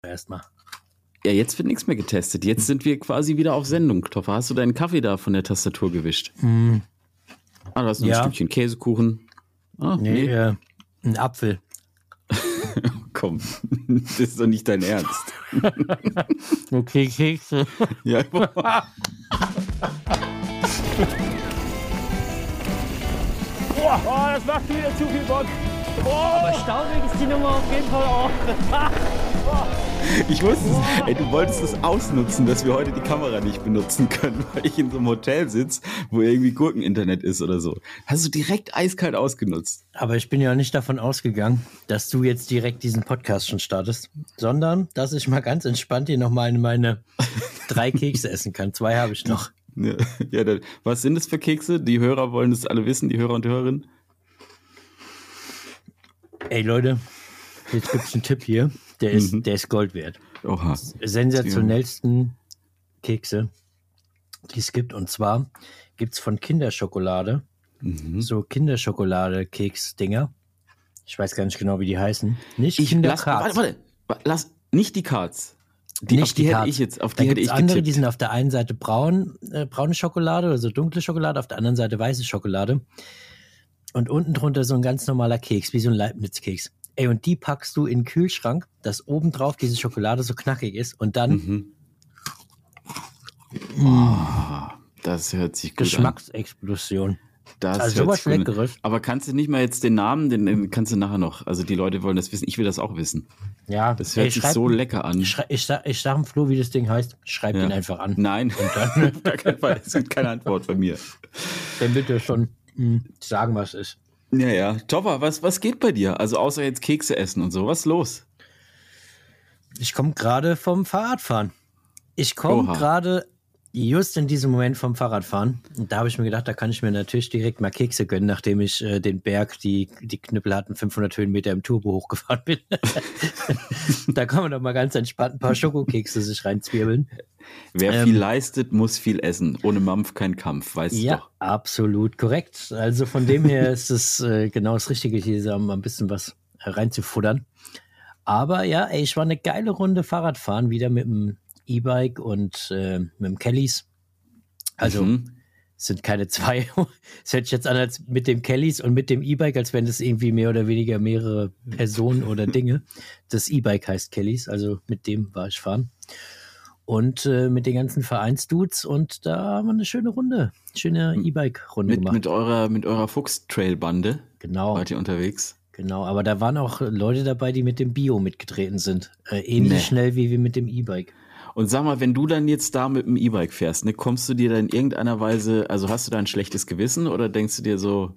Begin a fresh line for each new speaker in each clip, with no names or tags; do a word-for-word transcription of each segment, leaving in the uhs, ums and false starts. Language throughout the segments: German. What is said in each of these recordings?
Erstmal.
Ja, jetzt wird nichts mehr getestet. Jetzt sind wir quasi wieder auf Sendung, Toffer. Hast du deinen Kaffee da von der Tastatur gewischt?
Mm.
Ah, du hast noch
Ja.
ein Stückchen Käsekuchen. Ah,
Nee,
nee.
Äh, ein Apfel.
Komm, das ist doch nicht dein Ernst.
Okay, Kekse.
Ja.
Oh, das macht wieder zu viel Bock. Oh.
Aber staubig ist die Nummer auf jeden Fall auch.
Ich wusste es. Ey, du wolltest es ausnutzen, dass wir heute die Kamera nicht benutzen können, weil ich in so einem Hotel sitze, wo irgendwie Gurkeninternet ist oder so. Hast du direkt eiskalt ausgenutzt.
Aber ich bin ja nicht davon ausgegangen, dass du jetzt direkt diesen Podcast schon startest, sondern dass ich mal ganz entspannt hier nochmal meine drei Kekse essen kann. Zwei habe ich noch.
Ja, ja, dann, was sind das für Kekse? Die Hörer wollen das alle wissen, die Hörer und Hörerinnen.
Ey Leute, jetzt gibt es einen Tipp hier, der ist,
Mhm.
der ist Gold wert.
Oha.
Sensationellsten Kekse, die es gibt. Und zwar gibt es von Kinderschokolade
Mhm.
so Kinderschokolade-Keks-Dinger. Ich weiß gar nicht genau, wie die heißen. Nicht
Ich lass,
Kinderkarts.
warte, warte, lass nicht die Cards. Die,
Nicht
auf die,
die
hätte
Cards.
ich jetzt, auf
Da
die hätte
gibt es
ich
andere,
getippt.
die sind auf der einen Seite braun, äh, braune Schokolade oder so dunkle Schokolade, auf der anderen Seite weiße Schokolade. Und unten drunter so ein ganz normaler Keks, wie so ein Leibniz-Keks. Ey, und die packst du in den Kühlschrank, dass obendrauf diese Schokolade so knackig ist und dann
Mhm. Oh, das hört sich gut an.
Geschmacksexplosion.
Das
Also
hört
sowas
sich gut an.
Leckeres.
Aber kannst du nicht mal jetzt den Namen, den, den kannst du nachher noch. Also die Leute wollen das wissen. Ich will das auch wissen.
Ja,
Das hört
ey,
sich
schreib-
so lecker an.
Schrei, ich, sag, ich sag dem Flo, wie das Ding heißt. Schreib
Ja.
ihn einfach an.
Nein, auf gar keinen Fall. Es gibt keine Antwort von mir.
Dann wird er schon mh, sagen, was ist.
Ja, ja. Topper, was, was geht bei dir? Also außer jetzt Kekse essen und so. Was ist los?
Ich komme gerade vom Fahrradfahren. Ich komme
Oha.
gerade just in diesem Moment vom Fahrradfahren. Und da habe ich mir gedacht, da kann ich mir natürlich direkt mal Kekse gönnen, nachdem ich äh, den Berg, die, die Knüppel hatten, fünfhundert Höhenmeter im Turbo hochgefahren bin. Da kann man doch mal ganz entspannt ein paar Schokokekse sich reinzwirbeln.
Wer
Ähm,
viel leistet, muss viel essen. Ohne Mampf kein Kampf, weißt du
Ja,
doch.
absolut korrekt. Also von dem her ist es äh, genau das Richtige, hier so mal ein bisschen was äh, reinzufuttern. Aber ja, ey, ich war eine geile Runde Fahrradfahren, wieder mit dem E-Bike und äh, mit dem Kellys. Also
Mhm.
es sind keine zwei. Es hört sich jetzt an als mit dem Kellys und mit dem E-Bike, als wären das irgendwie mehr oder weniger mehrere Personen oder Dinge. Das E-Bike heißt Kellys, also mit dem war ich fahren. Und äh, mit den ganzen Vereinsdudes und da haben wir eine schöne Runde, schöne E-Bike-Runde
Mit,
gemacht.
mit eurer, mit eurer Fuchstrail-Bande
Genau,
wart ihr unterwegs.
genau. Aber da waren auch Leute dabei, die mit dem Bio mitgetreten sind. Äh, ähnlich
Nee.
schnell wie wir mit dem E-Bike.
Und sag mal, wenn du dann jetzt da mit dem E-Bike fährst, ne, kommst du dir da in irgendeiner Weise, also hast du da ein schlechtes Gewissen oder denkst du dir so,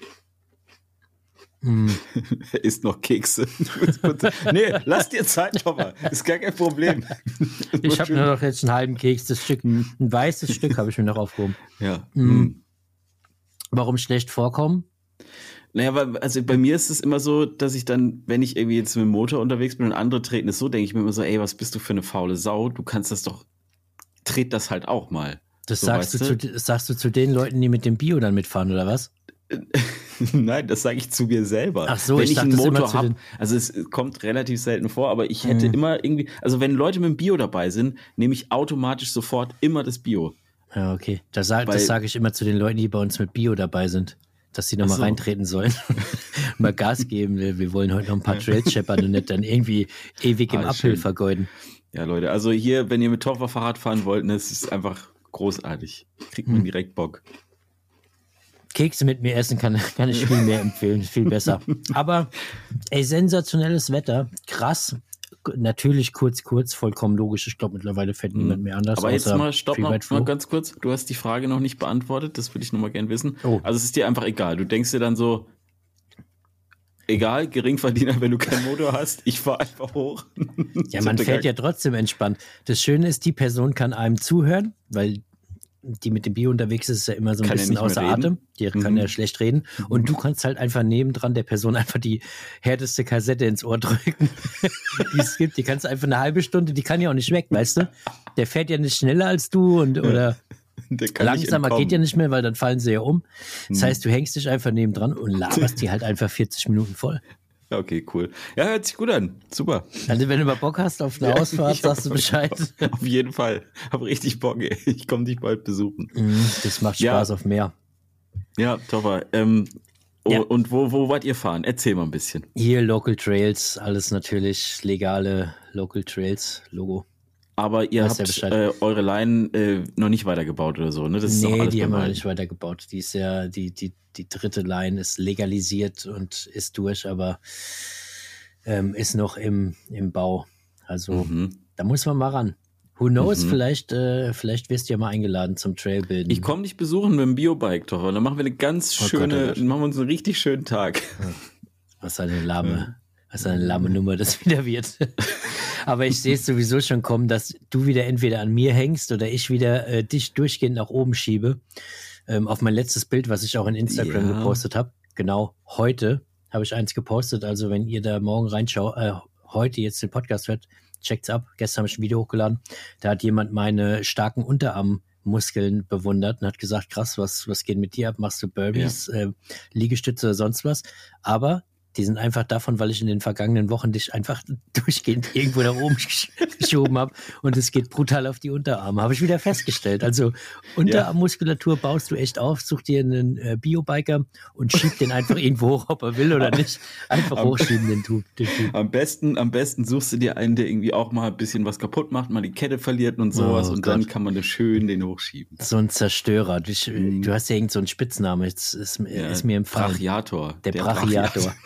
Hm.
isst noch Kekse? Nee, lass dir Zeit, Topper. Ist gar kein Problem.
Ich habe nur noch jetzt einen halben Keks, das Stück, ein, ein weißes Stück habe ich mir noch aufgehoben.
Ja.
Mhm.
Mhm.
Warum schlecht vorkommen?
Naja, weil, also bei mir ist es immer so, dass ich dann, wenn ich irgendwie jetzt mit dem Motor unterwegs bin und andere treten es so, denke ich mir immer so, ey, was bist du für eine faule Sau? Du kannst das doch, tret das halt auch mal.
Das
So,
sagst, du
weißt
zu,
du?
das sagst du zu den Leuten, die mit dem Bio dann mitfahren, oder was?
Nein, das sage ich zu mir selber.
Ach so,
wenn
ich
ich,
dachte,
einen
das immer
Motor
zu
habe,
den-
also es kommt relativ selten vor, aber ich hätte
Mhm.
immer irgendwie, also wenn Leute mit dem Bio dabei sind, nehme ich automatisch sofort immer das Bio.
Ja, okay. Das, sag,
Weil-
das sage ich immer zu den Leuten, die bei uns mit Bio dabei sind, dass sie
Ach
nochmal
so.
reintreten sollen. Mal Gas geben. Wir wir wollen heute noch ein paar Trails scheppern und nicht dann irgendwie ewig im
Ah,
Uphill
schön.
vergeuden.
Ja, Leute, also hier, wenn ihr mit Toffer Fahrrad fahren wollt, ne, es ist einfach großartig. Kriegt man
Hm.
direkt Bock.
Kekse mit mir essen kann, kann ich viel mehr empfehlen, ist viel besser. Aber ey, sensationelles Wetter, krass. Natürlich kurz, kurz, vollkommen logisch. Ich glaube, mittlerweile fährt niemand mehr anders.
Aber jetzt
außer
mal, stopp noch,
Freeride Flo.
mal ganz kurz. Du hast die Frage noch nicht beantwortet, das würde ich noch mal gern wissen.
Oh.
Also es ist dir einfach egal. Du denkst dir dann so, egal, Geringverdiener, wenn du keinen Motor hast, ich fahre einfach hoch.
Ja, man fährt ja trotzdem entspannt. Das Schöne ist, die Person kann einem zuhören, weil die mit dem Bio unterwegs ist, ist ja immer so ein
Kann ja
bisschen
nicht mehr
außer
reden.
Atem. Die kann
Mhm.
ja schlecht reden. Und du kannst halt einfach nebendran der Person einfach die härteste Kassette ins Ohr drücken, die es gibt. Die kannst du einfach eine halbe Stunde, die kann ja auch nicht weg, weißt du? Der fährt ja nicht schneller als du und oder
Der kann nicht
langsamer
entkommen.
geht ja nicht mehr, weil dann fallen sie ja um. Das
Mhm.
heißt, du hängst dich einfach nebendran und laberst die halt einfach vierzig Minuten voll.
Ja, okay, cool. Ja, hört sich gut an. Super.
Also wenn du mal Bock hast auf eine ja, Ausfahrt, sagst du Bescheid.
Auf jeden Fall. Hab richtig Bock, ey. Ich komme dich bald besuchen.
Das macht Spaß ja. auf Meer.
Ja, Topper. Ähm, oh,
ja.
Und wo, wo wollt ihr fahren? Erzähl mal ein bisschen.
Hier Local Trails, alles natürlich legale Local Trails, Logo.
Aber ihr habt äh, eure Line äh, noch nicht weitergebaut oder so, ne? Das ist
nee,
auch alles
die haben wir noch
Alten.
nicht weitergebaut. Die ist ja, die, die, die dritte Line ist legalisiert und ist durch, aber ähm, ist noch im, im Bau. Also mhm. da muss man mal ran. Who knows, mhm. vielleicht, äh, vielleicht wirst du ja mal eingeladen zum Trailbilden.
Ich komme dich besuchen mit dem Biobike, doch. Dann machen wir eine ganz oh schöne, Gott, oh machen wir uns einen richtig schönen Tag.
Was eine lahme, was eine lahme Nummer das wieder wird. Aber ich sehe es sowieso schon kommen, dass du wieder entweder an mir hängst oder ich wieder äh, dich durchgehend nach oben schiebe. Ähm, auf mein letztes Bild, was ich auch in Instagram ja. gepostet habe. Genau, heute habe ich eins gepostet. Also wenn ihr da morgen reinschaut, äh, heute jetzt den Podcast hört, checkt's ab. Gestern habe ich ein Video hochgeladen. Da hat jemand meine starken Unterarmmuskeln bewundert und hat gesagt, krass, was, was geht mit dir ab? Machst du Burpees, ja. äh, Liegestütze oder sonst was? Aber die sind einfach davon, weil ich in den vergangenen Wochen dich einfach durchgehend irgendwo nach oben geschoben habe und es geht brutal auf die Unterarme. Habe ich wieder festgestellt. Also Unterarmmuskulatur baust du echt auf, such dir einen äh, Biobiker und schieb den einfach irgendwo hoch, ob er will oder nicht. Einfach am, hochschieben den Typ. Den Typ.
Am besten, am besten suchst du dir einen, der irgendwie auch mal ein bisschen was kaputt macht, mal die Kette verliert und sowas oh, und Gott. Dann kann man das schön den hochschieben.
So ein Zerstörer. Du, mhm. du hast ja irgend so einen Spitznamen, jetzt ist,
ja,
ist mir empfallen.
Brachiator.
Der, der Brachiator. Brachiator.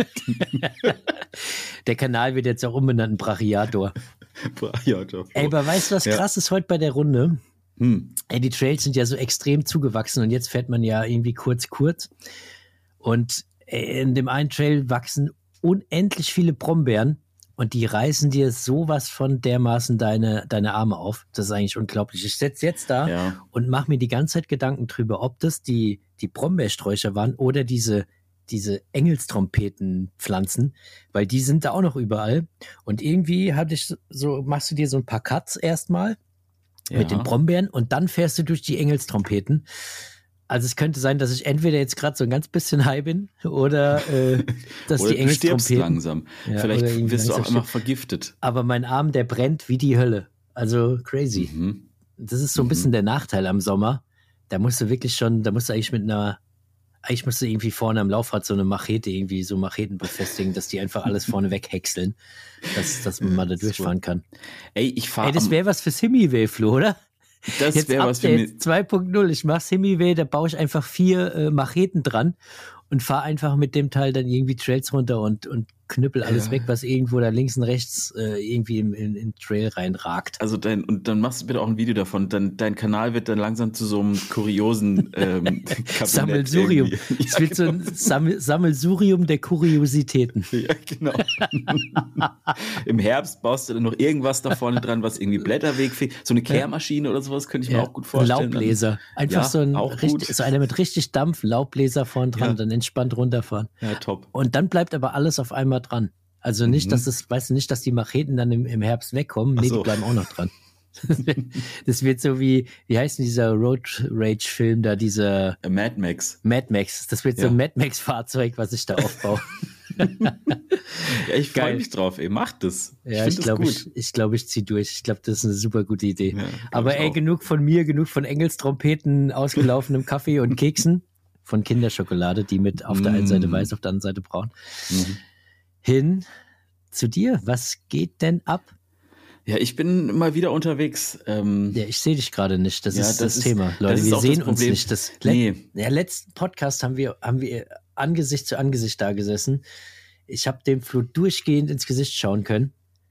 Der Kanal wird jetzt auch umbenannt in Brachiator.
Brachiator.
Ey, aber weißt du, was ja. krass ist heute bei der Runde? Hm. Ey, die Trails sind ja so extrem zugewachsen und jetzt fährt man ja irgendwie kurz, kurz. Und in dem einen Trail wachsen unendlich viele Brombeeren und die reißen dir sowas von dermaßen deine, deine Arme auf. Das ist eigentlich unglaublich. Ich sitze jetzt da ja. und mache mir die ganze Zeit Gedanken drüber, ob das die, die Brombeersträucher waren oder diese diese Engelstrompetenpflanzen, weil die sind da auch noch überall. Und irgendwie hatte ich so, machst du dir so ein paar Cuts erstmal ja. mit den Brombeeren und dann fährst du durch die Engelstrompeten. Also es könnte sein, dass ich entweder jetzt gerade so ein ganz bisschen high bin oder äh, dass
oder
die Engelstrompeten...
du stirbst langsam. Ja, vielleicht wirst du auch immer vergiftet.
Aber mein Arm, der brennt wie die Hölle. Also crazy. Mhm. Das ist so ein bisschen mhm. der Nachteil am Sommer. Da musst du wirklich schon, da musst du eigentlich mit einer Eigentlich musst du irgendwie vorne am Laufrad so eine Machete, irgendwie so Macheten befestigen, dass die einfach alles vorne weghäckseln, dass, dass man mal da durchfahren kann.
Ey, ich fahre.
Ey, das wäre was fürs Himiway, Flo, oder?
Das wäre was für mich.
zwei Punkt null, ich mach's Himiway, da baue ich einfach vier äh, Macheten dran und fahre einfach mit dem Teil dann irgendwie Trails runter und, und knüppel alles ja. weg, was irgendwo da links und rechts äh, irgendwie in, in, in Trail reinragt.
Also dein, und dann machst du bitte auch ein Video davon. Dann, dein Kanal wird dann langsam zu so einem kuriosen ähm,
Sammelsurium. Es ja, wird genau. so ein Sammel, Sammelsurium der Kuriositäten.
Ja, genau. Im Herbst baust du dann noch irgendwas da vorne dran, was irgendwie Blätter wegfegt. So eine Kehrmaschine oder sowas könnte ich mir ja, auch gut vorstellen.
Laubbläser. Einfach
ja,
so, ein richtig, so einer mit richtig Dampf, Laubbläser vorne dran, ja. dann entspannt runterfahren.
Ja, top.
Und dann bleibt aber alles auf einmal dran. Also nicht, mhm. dass es, weißt du nicht, dass die Macheten dann im, im Herbst wegkommen. Nee, so. Die bleiben auch noch dran. Das wird so wie, wie heißt denn dieser Road Rage Film da, dieser
Mad Max.
Mad Max. Das wird ja. so ein Mad Max Fahrzeug, was ich da aufbaue.
Ja, ich freue mich drauf, ey, macht das.
Ich ja, ich glaube, ich, ich, glaub, ich ziehe durch. Ich glaube, das ist eine super gute Idee. Ja, aber ey,
auch.
genug von mir, genug von Engelstrompeten, ausgelaufenem Kaffee und Keksen, von Kinderschokolade, die mit auf der einen Seite weiß, auf der anderen Seite braun. Mhm. Hin zu dir. Was geht denn ab?
Ja, ich bin mal wieder unterwegs. Ähm,
ja, ich sehe dich gerade nicht. Das
ja,
ist das,
das
Thema.
Ist,
Leute,
das
wir sehen uns
Problem.
nicht. Das
nee.
Der letzten Podcast haben wir, haben wir Angesicht zu Angesicht da gesessen. Ich habe dem Flo durchgehend ins Gesicht schauen können.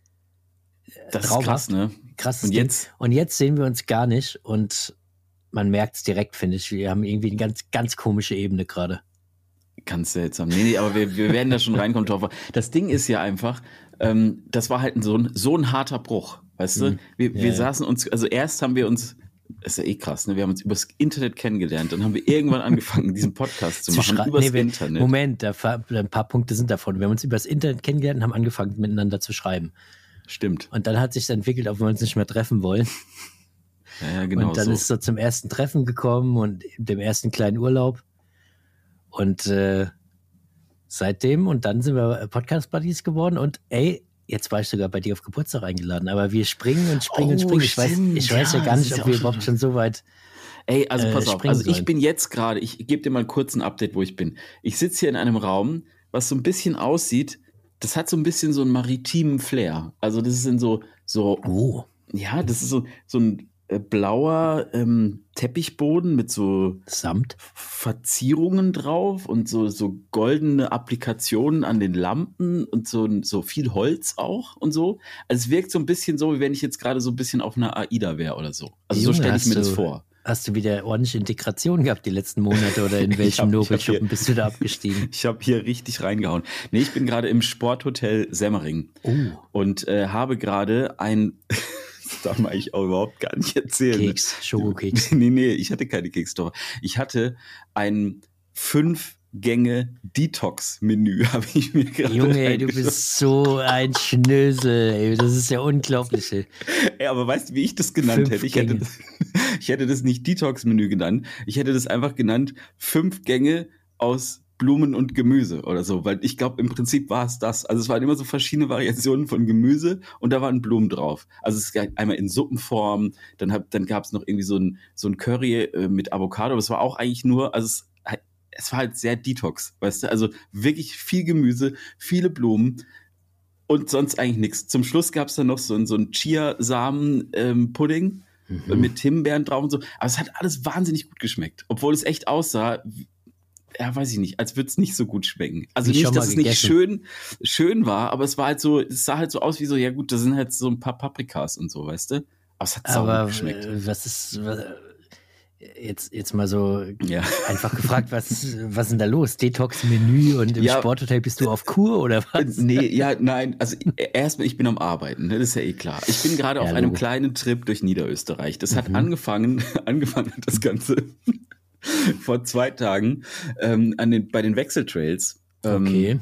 Das Traumhaft. Ist krass, ne?
Krasses
und jetzt?
Ding. Und jetzt sehen wir uns gar nicht und man merkt es direkt, finde ich. Wir haben irgendwie eine ganz, ganz komische Ebene gerade.
Ganz seltsam. Nee, nee, aber wir, wir werden da schon reinkommen, Toffer. Das Ding ist ja einfach, ähm, das war halt so ein, so ein harter Bruch, weißt du? Wir, ja, wir ja. saßen uns, also erst haben wir uns, das ist ja eh krass, ne? Wir haben uns übers Internet kennengelernt, dann haben wir irgendwann angefangen, diesen Podcast zu, zu machen, übers nee, wir, Internet.
Moment, da, ein paar Punkte sind davon. Wir haben uns übers Internet kennengelernt und haben angefangen, miteinander zu schreiben.
Stimmt.
Und dann hat sich entwickelt, ob wir uns nicht mehr treffen wollen.
Ja, ja, genau.
Und dann
so.
ist so zum ersten Treffen gekommen und dem ersten kleinen Urlaub. Und äh, seitdem und dann sind wir Podcast-Buddies geworden und ey, jetzt war ich sogar bei dir auf Geburtstag eingeladen, aber wir springen und springen
Oh,
und springen. Ich weiß,
stimmt.
ich weiß
Ja,
ja gar
das
nicht,
ist
ob
ja
wir
auch schon-
überhaupt schon so weit.
Ey, also
Äh,
pass auf,
springen
also ich
sollen.
bin jetzt gerade, ich gebe dir mal kurz ein Update, wo ich bin. Ich sitze hier in einem Raum, was so ein bisschen aussieht, das hat so ein bisschen so einen maritimen Flair. Also das ist in so, so,
Oh,
ja, das ist so, so ein äh, blauer ähm, Teppichboden mit so
Samt.
Verzierungen drauf und so, so goldene Applikationen an den Lampen und so, so viel Holz auch und so. Also es wirkt so ein bisschen so, wie wenn ich jetzt gerade so ein bisschen auf einer AIDA wäre oder so. Also
Junge,
so stelle ich
hast
mir das
du-
vor.
Hast du wieder ordentliche Integration gehabt die letzten Monate oder in
Ich
welchem
hab- ich hab
Nobelschuppen
hier-
bist du da abgestiegen?
Ich habe hier richtig reingehauen. Nee, ich bin gerade im Sporthotel Semmering
Oh,
und äh, habe gerade ein, das darf man eigentlich auch überhaupt gar nicht erzählen. ne?
Keks, Schokokeks.
Nee, nee, ich hatte keine Keksdorfer. Ich hatte ein Fünf-Gänge-Detox-Menü, habe ich mir gerade
Junge, ey, du
reingeschaut.
bist so ein Schnösel, ey. Das ist ja unglaublich. Ey.
Ey, aber weißt du, wie ich das genannt
Fünf
hätte? Ich hätte
Gänge.
das, ich hätte das nicht Detox-Menü genannt. Ich hätte das einfach genannt Fünf Gänge aus Blumen und Gemüse oder so, weil ich glaube, im Prinzip war es das. Also es waren immer so verschiedene Variationen von Gemüse und da waren Blumen drauf. Also es gab einmal in Suppenform, dann, hab, dann gab es noch irgendwie so ein, so ein Curry äh, mit Avocado, aber es war auch eigentlich nur, also es, es war halt sehr Detox, weißt du, also wirklich viel Gemüse, viele Blumen und sonst eigentlich nichts. Zum Schluss gab es dann noch so, ein- so ein Chia-Samen-Pudding
Mhm.
mit Himbeeren drauf und so, aber es hat alles wahnsinnig gut geschmeckt, obwohl es echt aussah, wie- ja, weiß ich nicht, als würde es nicht so gut schmecken. Also
Wie schon
nicht, dass
mal
es nicht
gegessen.
schön, schön war, aber es war halt so, es sah halt so aus wie so, ja gut, da sind halt so ein paar Paprikas und so, weißt du? Aber es hat sauer
Aber
geschmeckt.
äh, was ist was, äh, jetzt, jetzt mal so
Ja.
einfach gefragt, was, was ist denn da los? Detox-Menü und im
Ja.
Sporthotel bist du auf Kur oder was?
Nee, ja, nein, also erstmal, ich bin am Arbeiten, ne, das ist ja eh klar. Ich bin gerade
Ja,
auf einem
Logo.
kleinen Trip durch Niederösterreich. Das hat
Mhm.
angefangen, angefangen hat das Ganze vor zwei Tagen ähm, an den, bei den Wechseltrails. Ähm,
Okay.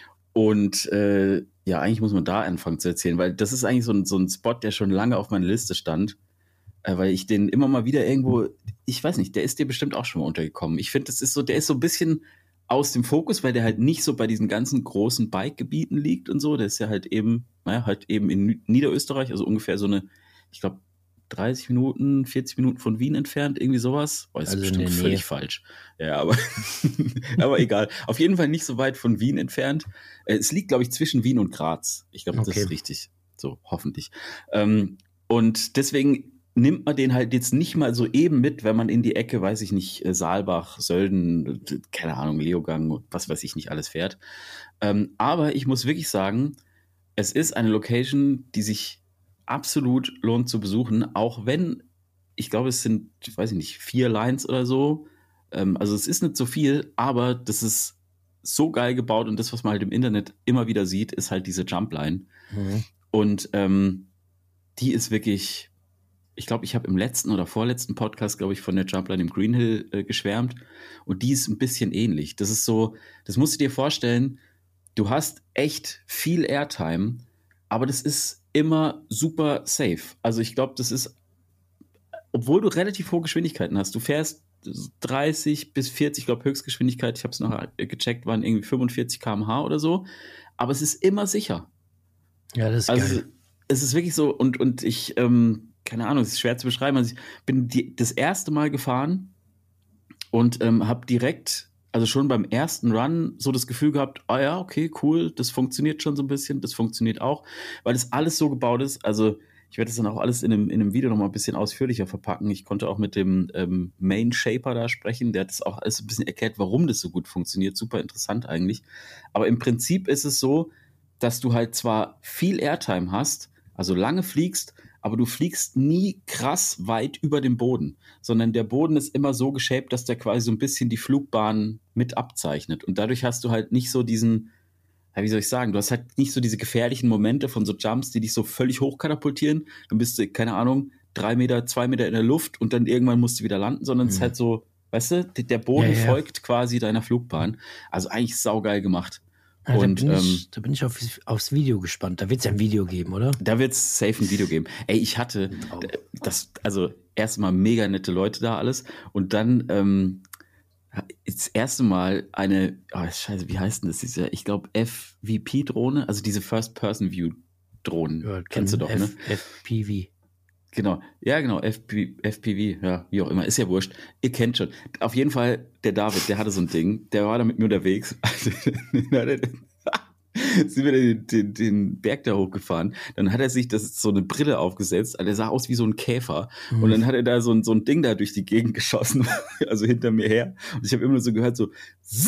Und äh, ja, eigentlich muss man da anfangen zu erzählen, weil das ist eigentlich so ein, so ein Spot, der schon lange auf meiner Liste stand, äh, weil ich den immer mal wieder irgendwo, ich weiß nicht, der ist dir bestimmt auch schon mal untergekommen. Ich finde, das ist so, der ist so ein bisschen aus dem Fokus, weil der halt nicht so bei diesen ganzen großen Bike-Gebieten liegt und so. Der ist ja halt eben, naja, halt eben in Nü- Niederösterreich, also ungefähr so eine, ich glaube, dreißig Minuten, vierzig Minuten von Wien entfernt, irgendwie sowas. Boah, ist
Also in
bestimmt
der Nähe.
völlig falsch. Ja, aber, aber egal. Auf jeden Fall nicht so weit von Wien entfernt. Äh, Es liegt, glaube ich, zwischen Wien und Graz. Ich glaube, das
Okay.
ist richtig. So, hoffentlich. Ähm, und deswegen nimmt man den halt jetzt nicht mal so eben mit, wenn man in die Ecke, weiß ich nicht, äh, Saalbach, Sölden, äh, keine Ahnung, Leogang, was weiß ich nicht alles fährt. Ähm, aber ich muss wirklich sagen, es ist eine Location, die sich absolut lohnt zu besuchen, auch wenn, ich glaube, es sind, weiß ich nicht, vier Lines oder so. Ähm, also es ist nicht so viel, aber das ist so geil gebaut und das, was man halt im Internet immer wieder sieht, ist halt diese Jumpline.
Mhm.
Und ähm, die ist wirklich, ich glaube, ich habe im letzten oder vorletzten Podcast, glaube ich, von der Jumpline im Green Hill äh, geschwärmt und die ist ein bisschen ähnlich. Das ist so, das musst du dir vorstellen, du hast echt viel Airtime, aber das ist immer super safe. Also ich glaube, das ist, obwohl du relativ hohe Geschwindigkeiten hast, du fährst dreißig bis vierzig, ich glaube Höchstgeschwindigkeit, ich habe es noch gecheckt, waren irgendwie fünfundvierzig Kilometer pro Stunde oder so, aber es ist immer sicher.
Ja, das ist
Also
geil.
es ist wirklich so und, und ich, ähm, keine Ahnung, es ist schwer zu beschreiben, also ich bin die, das erste Mal gefahren und ähm, habe direkt, also schon beim ersten Run so das Gefühl gehabt, ah ja, okay, cool, das funktioniert schon so ein bisschen, das funktioniert auch, weil das alles so gebaut ist, also ich werde das dann auch alles in einem, in einem Video nochmal ein bisschen ausführlicher verpacken. Ich konnte auch mit dem ähm, Main Shaper da sprechen, der hat das auch alles ein bisschen erklärt, warum das so gut funktioniert, super interessant eigentlich, aber im Prinzip ist es so, dass du halt zwar viel Airtime hast, also lange fliegst, aber du fliegst nie krass weit über dem Boden, sondern der Boden ist immer so geshaped, dass der quasi so ein bisschen die Flugbahn mit abzeichnet. Und dadurch hast du halt nicht so diesen, ja, wie soll ich sagen, du hast halt nicht so diese gefährlichen Momente von so Jumps, die dich so völlig hochkatapultieren. Dann bist du, keine Ahnung, drei Meter, zwei Meter in der Luft und dann irgendwann musst du wieder landen, sondern es ist
Mhm.
halt so, weißt du, der Boden
Ja, ja.
folgt quasi deiner Flugbahn. Also eigentlich saugeil gemacht.
Ja, da,
und,
bin
ähm,
ich, da bin ich auf, aufs Video gespannt. Da wird es ja ein Video geben, oder?
Da wird es safe ein Video geben. Ey, ich hatte
Traum.
das, also erstmal mega nette Leute da alles und dann ähm, das erste Mal eine, oh, scheiße, wie heißt denn das? Diese, ich glaube, F V P-Drohne, also diese First-Person-View-Drohnen.
Ja,
Kennst du doch,
F-
ne?
F P V.
Genau, ja, genau, F P, F P V, ja, wie auch immer, ist ja wurscht. Ihr kennt schon. Auf jeden Fall, der David, der hatte so ein Ding, der war da mit mir unterwegs. Sind wir den, den, den Berg da hochgefahren. Dann hat er sich das so eine Brille aufgesetzt. Also der sah aus wie so ein Käfer. Mhm. Und dann hat er da so ein, so ein Ding da durch die Gegend geschossen, also hinter mir her. Und ich habe immer nur so gehört, so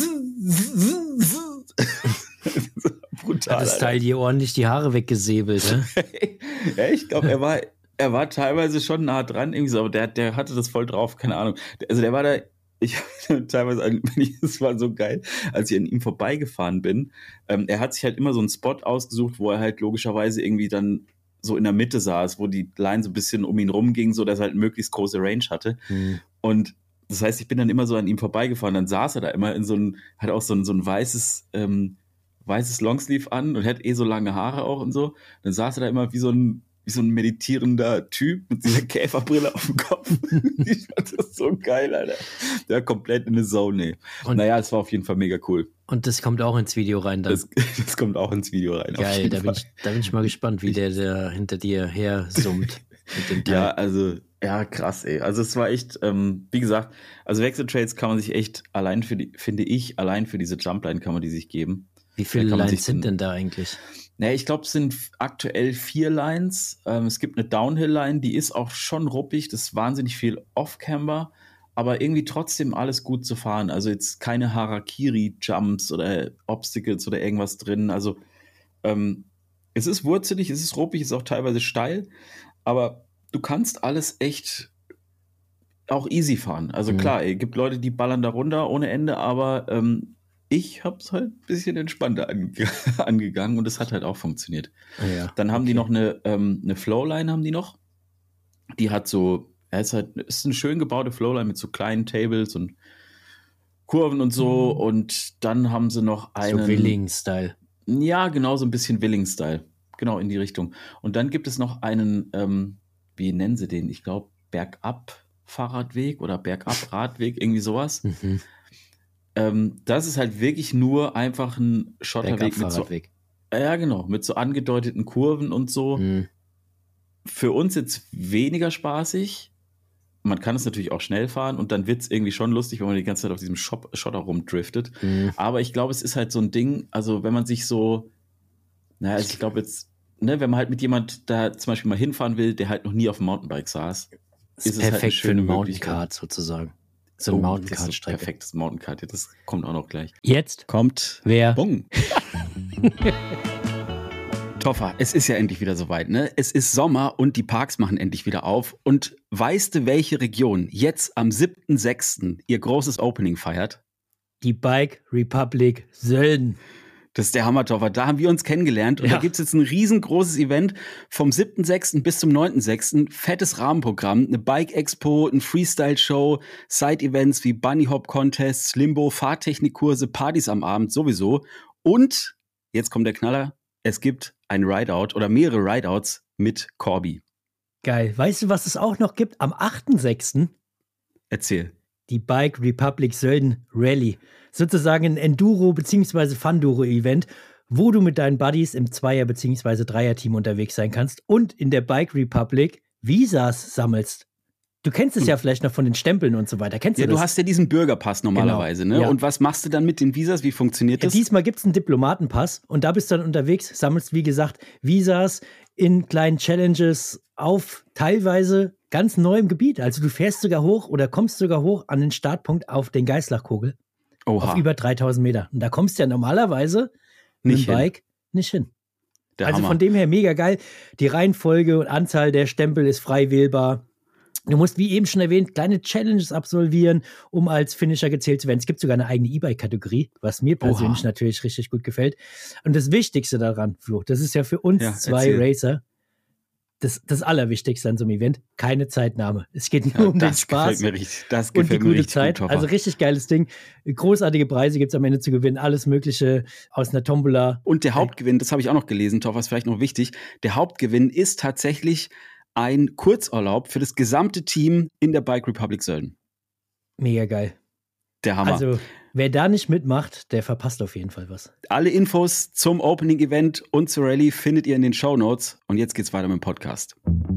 brutal. Hat das Teil dir ordentlich die Haare weggesäbelt, ne?
Ja, ich glaube, er war, er war teilweise schon nah dran, irgendwie so, aber der, der hatte das voll drauf, keine Ahnung. Also der war da. Ich teilweise, das war so geil, als ich an ihm vorbeigefahren bin. Ähm, er hat sich halt immer so einen Spot ausgesucht, wo er halt logischerweise irgendwie dann so in der Mitte saß, wo die Line so ein bisschen um ihn rumging, so dass er halt möglichst große Range hatte. Mhm. Und das heißt, ich bin dann immer so an ihm vorbeigefahren. Dann saß er da immer in so ein, hat auch so ein, so ein weißes, ähm, weißes Longsleeve an und hat eh so lange Haare auch und so. Dann saß er da immer wie so ein, wie so ein meditierender Typ mit dieser Käferbrille auf dem Kopf. Ich fand das so geil, Alter. Der war komplett in eine Zone, ey. Und naja, es war auf jeden Fall mega cool.
Und das kommt auch ins Video rein dann?
Das, das kommt auch ins Video rein.
Geil, da bin, ich, da bin ich mal gespannt, wie der, der hinter dir her summt. Mit dem Teil.
Ja, also, ja, krass, ey. Also es war echt, ähm, wie gesagt, also Wechseltrades kann man sich echt allein für die, finde ich, allein für diese Jumpline kann man die sich geben.
Wie viele Lines sind denn da eigentlich?
Naja, ich glaube, es sind aktuell vier Lines. Ähm, es gibt eine Downhill-Line, die ist auch schon ruppig. Das ist wahnsinnig viel Off-Camber, aber irgendwie trotzdem alles gut zu fahren. Also jetzt keine Harakiri-Jumps oder Obstacles oder irgendwas drin. Also ähm, es ist wurzelig, es ist ruppig, es ist auch teilweise steil, aber du kannst alles echt auch easy fahren. Also mhm. klar, es gibt Leute, die ballern da runter ohne Ende, aber ähm, ich habe es halt ein bisschen entspannter ange- angegangen und es hat halt auch funktioniert.
Ja,
Dann haben
okay.
die noch eine, ähm, eine Flowline, haben die noch. Die hat so, ja, ist halt, ist eine schön gebaute Flowline mit so kleinen Tables und Kurven und so. Mhm. Und dann haben sie noch einen.
So Willing-Style.
Ja, genau, so ein bisschen Willing-Style. Genau, in die Richtung. Und dann gibt es noch einen, ähm, wie nennen sie den? Ich glaube, Bergab-Fahrradweg oder Bergab-Radweg, irgendwie sowas. Mhm. Ähm, das ist halt wirklich nur einfach ein Schotterweg mit so, ja genau, mit so angedeuteten Kurven und so. Mhm. Für uns jetzt weniger spaßig. Man kann es natürlich auch schnell fahren und dann wird es irgendwie schon lustig, wenn man die ganze Zeit auf diesem Shop, Schotter rumdriftet. Mhm. Aber ich glaube, es ist halt so ein Ding, also wenn man sich so, naja, also ich glaube jetzt, ne, wenn man halt mit jemand da zum Beispiel mal hinfahren will, der halt noch nie auf dem Mountainbike saß,
ist, ist es perfekt halt für eine Mountain-Card sozusagen. So ein oh, Mountain-Card-Strecke.
Perfektes Mountain-Card, das kommt auch noch gleich.
Jetzt
kommt
wer?
Bung. Toffer, es ist ja endlich wieder soweit, ne? Es ist Sommer und die Parks machen endlich wieder auf. Und weißt du, welche Region jetzt am siebten sechsten ihr großes Opening feiert?
Die Bike Republic Sölden.
Das ist der Hammer, Toffer. Da haben wir uns kennengelernt und ja. Da gibt es jetzt ein riesengroßes Event vom siebten sechsten bis zum neunten sechsten Fettes Rahmenprogramm, eine Bike-Expo, ein Freestyle-Show, Side-Events wie Bunny-Hop-Contests, Limbo, Fahrtechnikkurse, Partys am Abend sowieso. Und, jetzt kommt der Knaller, es gibt ein Rideout oder mehrere Rideouts mit Corby.
Geil. Weißt du, was es auch noch gibt? Am achten sechsten
Erzähl.
Die Bike Republic Sölden Rally. Sozusagen ein Enduro- bzw. Funduro-Event, wo du mit deinen Buddies im Zweier- bzw. Dreier-Team unterwegs sein kannst und in der Bike Republic Visas sammelst. Du kennst es ja vielleicht noch von den Stempeln und so weiter. Kennst du
ja,
das?
Du hast ja diesen Bürgerpass normalerweise,
genau.
ne?
Ja.
Und was machst du dann mit den Visas? Wie funktioniert das?
Ja, diesmal gibt es einen Diplomatenpass und da bist du dann unterwegs, sammelst, wie gesagt, Visas in kleinen Challenges auf teilweise ganz neuem Gebiet. Also du fährst sogar hoch oder kommst sogar hoch an den Startpunkt auf den Geißlachkogel. Oha. Auf über dreitausend Meter. Und da kommst du ja normalerweise mit dem Bike hin. nicht hin.
Der
also
Hammer.
Von dem her mega geil. Die Reihenfolge und Anzahl der Stempel ist frei wählbar. Du musst, wie eben schon erwähnt, kleine Challenges absolvieren, um als Finisher gezählt zu werden. Es gibt sogar eine eigene E-Bike-Kategorie, was mir persönlich Oha. natürlich richtig gut gefällt. Und das Wichtigste daran, Flo, das ist ja für uns ja, zwei erzähl. Racer das, das Allerwichtigste an so einem Event, keine Zeitnahme. Es geht nur ja, um den Spaß
mir richtig, das
und die gute
richtig
Zeit.
Gut,
also richtig geiles Ding. Großartige Preise gibt es am Ende zu gewinnen. Alles Mögliche aus einer Tombola.
Und der Hauptgewinn, das habe ich auch noch gelesen, Toffer, ist vielleicht noch wichtig, der Hauptgewinn ist tatsächlich ein Kurzurlaub für das gesamte Team in der Bike Republic Sölden.
Mega geil.
der Hammer.
Also, wer da nicht mitmacht, der verpasst auf jeden Fall was.
Alle Infos zum Opening-Event und zur Rallye findet ihr in den Shownotes. Und jetzt geht's weiter mit dem Podcast.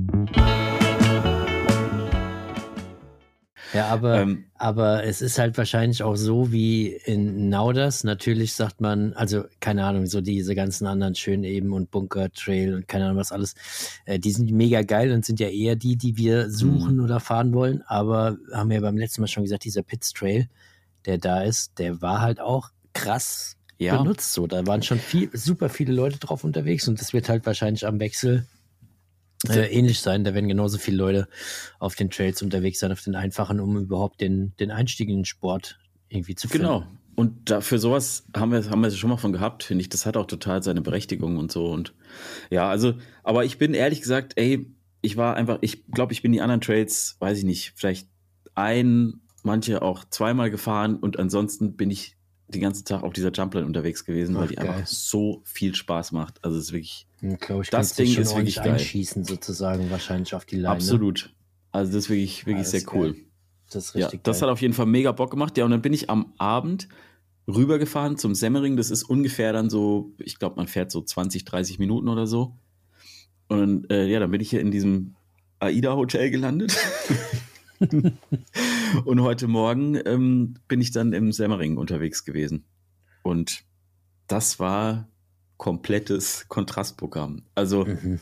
Ja, aber,
ähm,
aber es ist halt wahrscheinlich auch so wie in Nauders. Natürlich sagt man, also keine Ahnung, so diese ganzen anderen Schöneben und Bunker Trail und keine Ahnung was alles, äh, die sind mega geil und sind ja eher die, die wir suchen mhm. oder fahren wollen. Aber haben wir ja beim letzten Mal schon gesagt, dieser Pitts Trail, der da ist, der war halt auch krass ja. benutzt. So, da waren schon viel, super viele Leute drauf unterwegs und das wird halt wahrscheinlich am Wechsel Äh, ähnlich sein. Da werden genauso viele Leute auf den Trails unterwegs sein, auf den einfachen, um überhaupt den, den Einstieg in den Sport irgendwie zu finden.
Genau. Und da, für sowas haben wir, haben wir es schon mal von gehabt, finde ich. Das hat auch total seine Berechtigung und so. Und ja, also, aber ich bin ehrlich gesagt, ey, ich war einfach, ich glaube, ich bin die anderen Trails, weiß ich nicht, vielleicht ein, manche auch zweimal gefahren und ansonsten bin ich den ganzen Tag auf dieser Jumpline unterwegs gewesen, Ach, weil die geil. einfach so viel Spaß macht. Also es ist wirklich,
ja, glaub, ich
das Ding ist wirklich geil.
Einschießen sozusagen wahrscheinlich auf die Leine.
Absolut. Also das ist wirklich, wirklich ja, sehr cool.
Geil. Das ist richtig
ja, das
geil.
hat auf jeden Fall mega Bock gemacht. Ja, und dann bin ich am Abend rübergefahren zum Semmering. Das ist ungefähr dann so, ich glaube, man fährt so zwanzig, dreißig Minuten oder so. Und äh, ja, dann bin ich hier in diesem AIDA-Hotel gelandet. Und heute Morgen ähm, bin ich dann im Semmering unterwegs gewesen. Und das war komplettes Kontrastprogramm. Also mhm.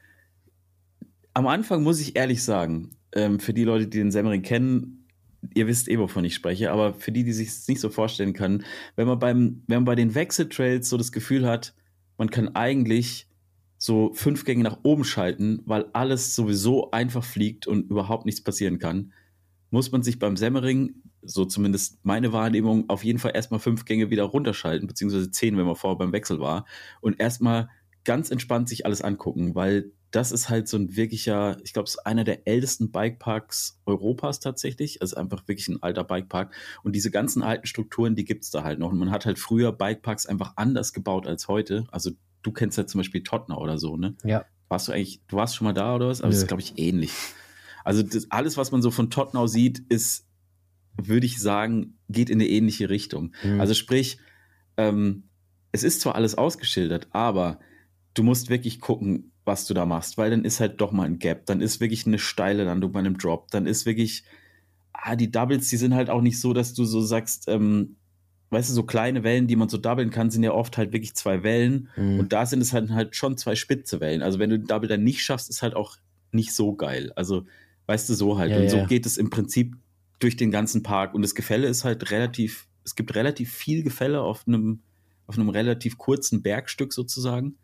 am Anfang muss ich ehrlich sagen, ähm, für die Leute, die den Semmering kennen, ihr wisst eh, wovon ich spreche, aber für die, die sich es nicht so vorstellen können, wenn man beim, wenn man bei den Wechseltrails so das Gefühl hat, man kann eigentlich so fünf Gänge nach oben schalten, weil alles sowieso einfach fliegt und überhaupt nichts passieren kann, muss man sich beim Semmering, so zumindest meine Wahrnehmung, auf jeden Fall erstmal fünf Gänge wieder runterschalten, beziehungsweise zehn, wenn man vorher beim Wechsel war, und erstmal ganz entspannt sich alles angucken, weil das ist halt so ein wirklicher, ich glaube, es ist einer der ältesten Bikeparks Europas tatsächlich, also einfach wirklich ein alter Bikepark, und diese ganzen alten Strukturen, die gibt es da halt noch, und man hat halt früher Bikeparks einfach anders gebaut als heute. Also du kennst ja zum Beispiel Tottenau oder so, ne?
Ja.
Warst du eigentlich, du warst schon mal da oder was? Aber Nö. Das ist, glaube ich, ähnlich. Also das, alles, was man so von Tottenau sieht, ist, würde ich sagen, geht in eine ähnliche Richtung. Mhm. Also sprich, ähm, es ist zwar alles ausgeschildert, aber du musst wirklich gucken, was du da machst, weil dann ist halt doch mal ein Gap, dann ist wirklich eine steile Landung bei einem Drop, dann ist wirklich, ah, die Doubles, die sind halt auch nicht so, dass du so sagst, ähm, weißt du, so kleine Wellen, die man so doublen kann, sind ja oft halt wirklich zwei Wellen, mhm. und da sind es halt, halt schon zwei spitze Wellen. Also wenn du den Double dann nicht schaffst, ist halt auch nicht so geil. Also weißt du, so halt. Ja, und so ja. geht es im Prinzip durch den ganzen Park. Und das Gefälle ist halt relativ, es gibt relativ viel Gefälle auf einem, auf einem relativ kurzen Bergstück sozusagen.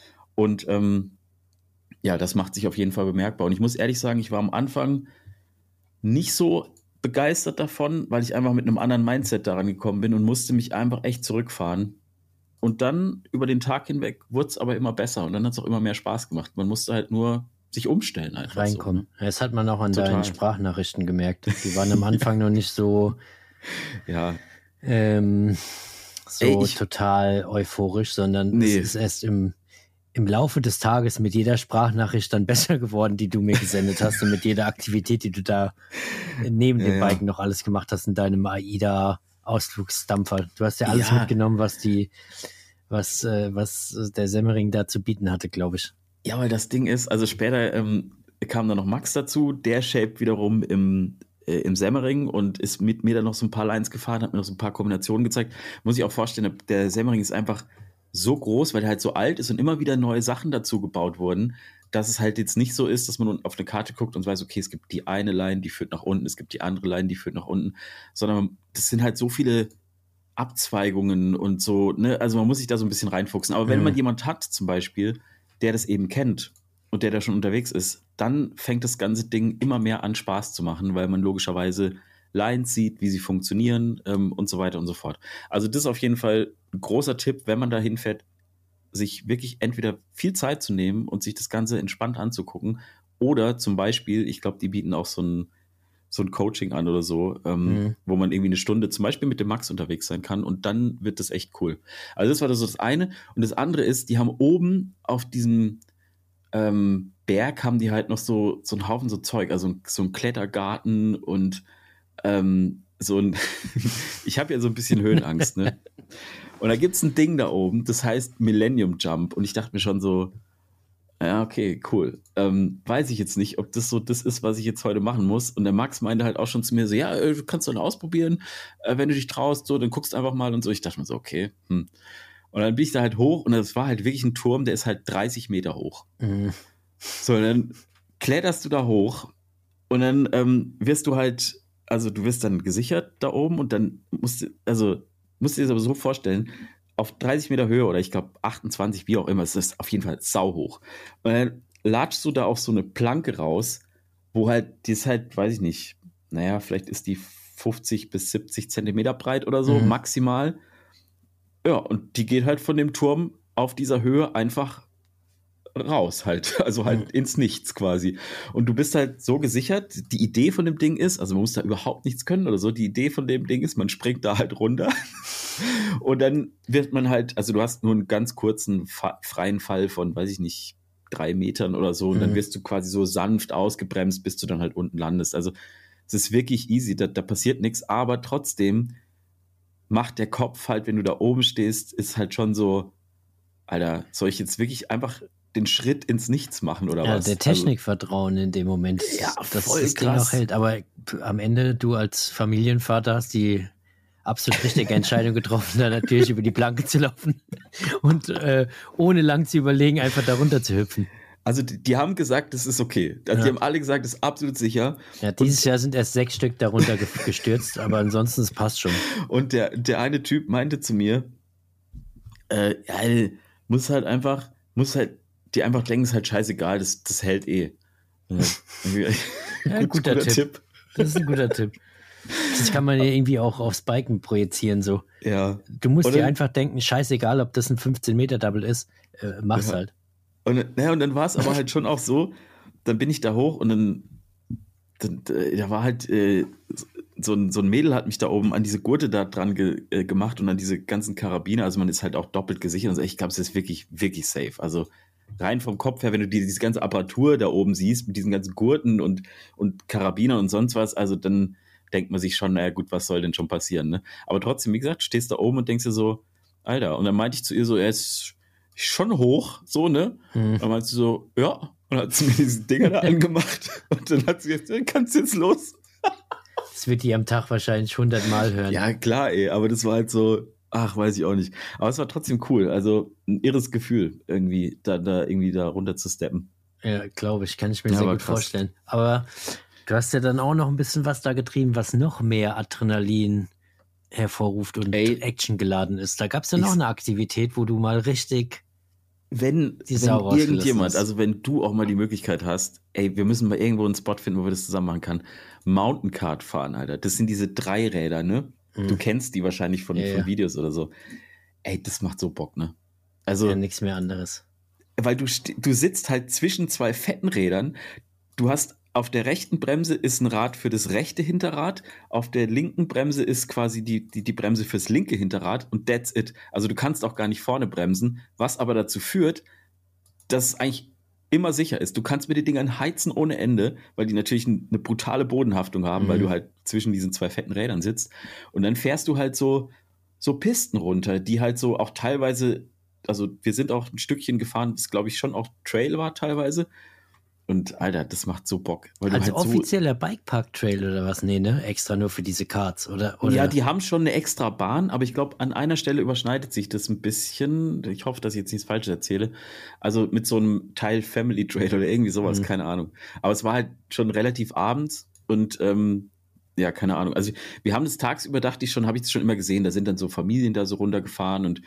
Und ähm, ja, das macht sich auf jeden Fall bemerkbar. Und ich muss ehrlich sagen, ich war am Anfang nicht so begeistert davon, weil ich einfach mit einem anderen Mindset daran gekommen bin und musste mich einfach echt zurückfahren. Und dann über den Tag hinweg wurde es aber immer besser und dann hat es auch immer mehr Spaß gemacht. Man musste halt nur sich umstellen einfach.
Reinkommen.
So, ne?
Das hat man auch an Total. deinen Sprachnachrichten gemerkt. Die waren am Anfang noch nicht so,
ja.
ähm, so Ey, ich, total euphorisch, sondern nee. es ist erst im, im Laufe des Tages mit jeder Sprachnachricht dann besser geworden, die du mir gesendet hast, und mit jeder Aktivität, die du da neben ja, dem ja. Biken noch alles gemacht hast in deinem AIDA-Ausflugsdampfer. Du hast ja alles ja. mitgenommen, was die, was, äh, was der Semmering da zu bieten hatte, glaube ich.
Ja, weil das Ding ist, also später ähm, kam dann noch Max dazu, der shaped wiederum im, äh, im Semmering und ist mit mir dann noch so ein paar Lines gefahren, hat mir noch so ein paar Kombinationen gezeigt. Muss ich auch vorstellen, der Semmering ist einfach so groß, weil er halt so alt ist und immer wieder neue Sachen dazu gebaut wurden, dass es halt jetzt nicht so ist, dass man auf eine Karte guckt und weiß, okay, es gibt die eine Line, die führt nach unten, es gibt die andere Line, die führt nach unten, sondern das sind halt so viele Abzweigungen und so, ne, also man muss sich da so ein bisschen reinfuchsen. Aber wenn mhm. man jemand hat zum Beispiel, der das eben kennt und der da schon unterwegs ist, dann fängt das ganze Ding immer mehr an Spaß zu machen, weil man logischerweise Lines sieht, wie sie funktionieren ähm, und so weiter und so fort. Also das ist auf jeden Fall ein großer Tipp, wenn man da hinfährt, sich wirklich entweder viel Zeit zu nehmen und sich das Ganze entspannt anzugucken oder zum Beispiel, ich glaube, die bieten auch so ein, so ein Coaching an oder so, ähm, mhm. wo man irgendwie eine Stunde zum Beispiel mit dem Max unterwegs sein kann und dann wird das echt cool. Also das war das, so das eine. Und das andere ist, die haben oben auf diesem ähm, Berg haben die halt noch so, so einen Haufen so Zeug, also so ein Klettergarten und ähm, so ein, ich habe ja so ein bisschen Höhenangst, ne? Und da gibt es ein Ding da oben, das heißt Millennium Jump. Und ich dachte mir schon so, ja, okay, cool. Ähm, weiß ich jetzt nicht, ob das so das ist, was ich jetzt heute machen muss. Und der Max meinte halt auch schon zu mir so, ja, du kannst dann ausprobieren, äh, wenn du dich traust, so, dann guckst einfach mal und so. Ich dachte mir so, okay, hm. Und dann bin ich da halt hoch und das war halt wirklich ein Turm, der ist halt dreißig Meter hoch. Mhm. So, und dann kletterst du da hoch und dann ähm, wirst du halt, also du wirst dann gesichert da oben und dann musst du, also musst du dir das aber so vorstellen, auf dreißig Meter Höhe oder ich glaube achtundzwanzig, wie auch immer, es ist auf jeden Fall sau hoch. Und dann latschst du da auf so eine Planke raus, wo halt, die ist halt, weiß ich nicht, naja, vielleicht ist die fünfzig bis siebzig Zentimeter breit oder so, mhm. maximal. Ja, und die geht halt von dem Turm auf dieser Höhe einfach raus halt, also halt mhm. ins Nichts quasi. Und du bist halt so gesichert, die Idee von dem Ding ist, also man muss da überhaupt nichts können oder so, die Idee von dem Ding ist, man springt da halt runter und dann wird man halt, also du hast nur einen ganz kurzen fa- freien Fall von, weiß ich nicht, drei Metern oder so und mhm. dann wirst du quasi so sanft ausgebremst, bis du dann halt unten landest. Also es ist wirklich easy, da, da passiert nichts, aber trotzdem macht der Kopf halt, wenn du da oben stehst, ist halt schon so, Alter, soll ich jetzt wirklich einfach den Schritt ins Nichts machen oder
ja,
was?
Der Technikvertrauen also, in dem Moment,
ja,
dass
voll
das
krass.
Ding auch hält. Aber am Ende, du als Familienvater hast die absolut richtige Entscheidung getroffen, da natürlich über die Planke zu laufen und äh, ohne lang zu überlegen, einfach darunter zu hüpfen.
Also die, die haben gesagt, das ist okay. Also ja. Die haben alle gesagt, das ist absolut sicher.
Ja, dieses und, Jahr sind erst sechs Stück darunter gestürzt, aber ansonsten, es passt schon.
Und der, der eine Typ meinte zu mir, äh, ja, muss halt einfach, muss halt, die einfach denken, ist halt scheißegal, das, das hält eh.
Ja, Gut, guter, guter Tipp. Tipp. Das ist ein guter Tipp. Das kann man ja irgendwie auch aufs Biken projizieren, so.
Ja.
Du musst
Oder,
dir einfach denken, scheißegal, ob das ein fünfzehn Meter Double ist, äh, mach's ja. halt.
Und, naja, und dann war es aber halt schon auch so, dann bin ich da hoch und dann, dann da war halt äh, so, ein, so ein Mädel hat mich da oben an diese Gurte da dran ge, äh, gemacht und an diese ganzen Karabiner, also man ist halt auch doppelt gesichert und so. Ich glaube, es ist wirklich, wirklich safe. Also rein vom Kopf her, wenn du die, diese ganze Apparatur da oben siehst, mit diesen ganzen Gurten und, und Karabiner und sonst was, also dann denkt man sich schon, naja gut, was soll denn schon passieren, ne? Aber trotzdem, wie gesagt, stehst da oben und denkst dir so, Alter, und dann meinte ich zu ihr so, er ist schon hoch, so, ne? Mhm. Dann meinte sie so, ja, und dann hat sie mir diese Dinger da angemacht und dann hat sie gesagt, kannst du jetzt los?
Das wird die am Tag wahrscheinlich hundert Mal hören.
Ja, klar, ey, aber das war halt so, ach, weiß ich auch nicht. Aber es war trotzdem cool, also ein irres Gefühl, irgendwie da, da irgendwie da runter zu steppen.
Ja, glaube ich, kann ich mir ja, sehr gut krass. vorstellen. Aber du hast ja dann auch noch ein bisschen was da getrieben, was noch mehr Adrenalin hervorruft und ey, Action geladen ist. Da gab es ja noch eine Aktivität, wo du mal richtig
wenn,
die
wenn irgendjemand, also wenn du auch mal die Möglichkeit hast, ey, wir müssen mal irgendwo einen Spot finden, wo wir das zusammen machen können. Mountain Kart fahren, Alter. Das sind diese drei Räder, ne? Mhm. Du kennst die wahrscheinlich von, ja, von Videos oder so. Ey, das macht so Bock, ne? Also
ja, nichts mehr anderes.
Weil du, du sitzt halt zwischen zwei fetten Rädern. Du hast auf der rechten Bremse ist ein Rad für das rechte Hinterrad, auf der linken Bremse ist quasi die, die, die Bremse fürs linke Hinterrad und that's it. Also du kannst auch gar nicht vorne bremsen, was aber dazu führt, dass es eigentlich immer sicher ist. Du kannst mit den Dingern heizen ohne Ende, weil die natürlich eine brutale Bodenhaftung haben, mhm. weil du halt zwischen diesen zwei fetten Rädern sitzt. Und dann fährst du halt so, so Pisten runter, die halt so auch teilweise, also wir sind auch ein Stückchen gefahren, das glaube ich schon auch Trail war teilweise. Und Alter, das macht so Bock.
Weil also halt offizieller so Bikepark-Trail oder was? Nee, ne? Extra nur für diese Karts, oder? oder?
Ja, die haben schon eine extra Bahn, aber ich glaube, an einer Stelle überschneidet sich das ein bisschen. Ich hoffe, dass ich jetzt nichts Falsches erzähle. Also mit so einem Teil Family Trail oder irgendwie sowas, mhm. keine Ahnung. Aber es war halt schon relativ abends und ähm, ja, keine Ahnung. Also wir haben das tagsüber, dachte ich schon, habe ich das schon immer gesehen. Da sind dann so Familien da so runtergefahren und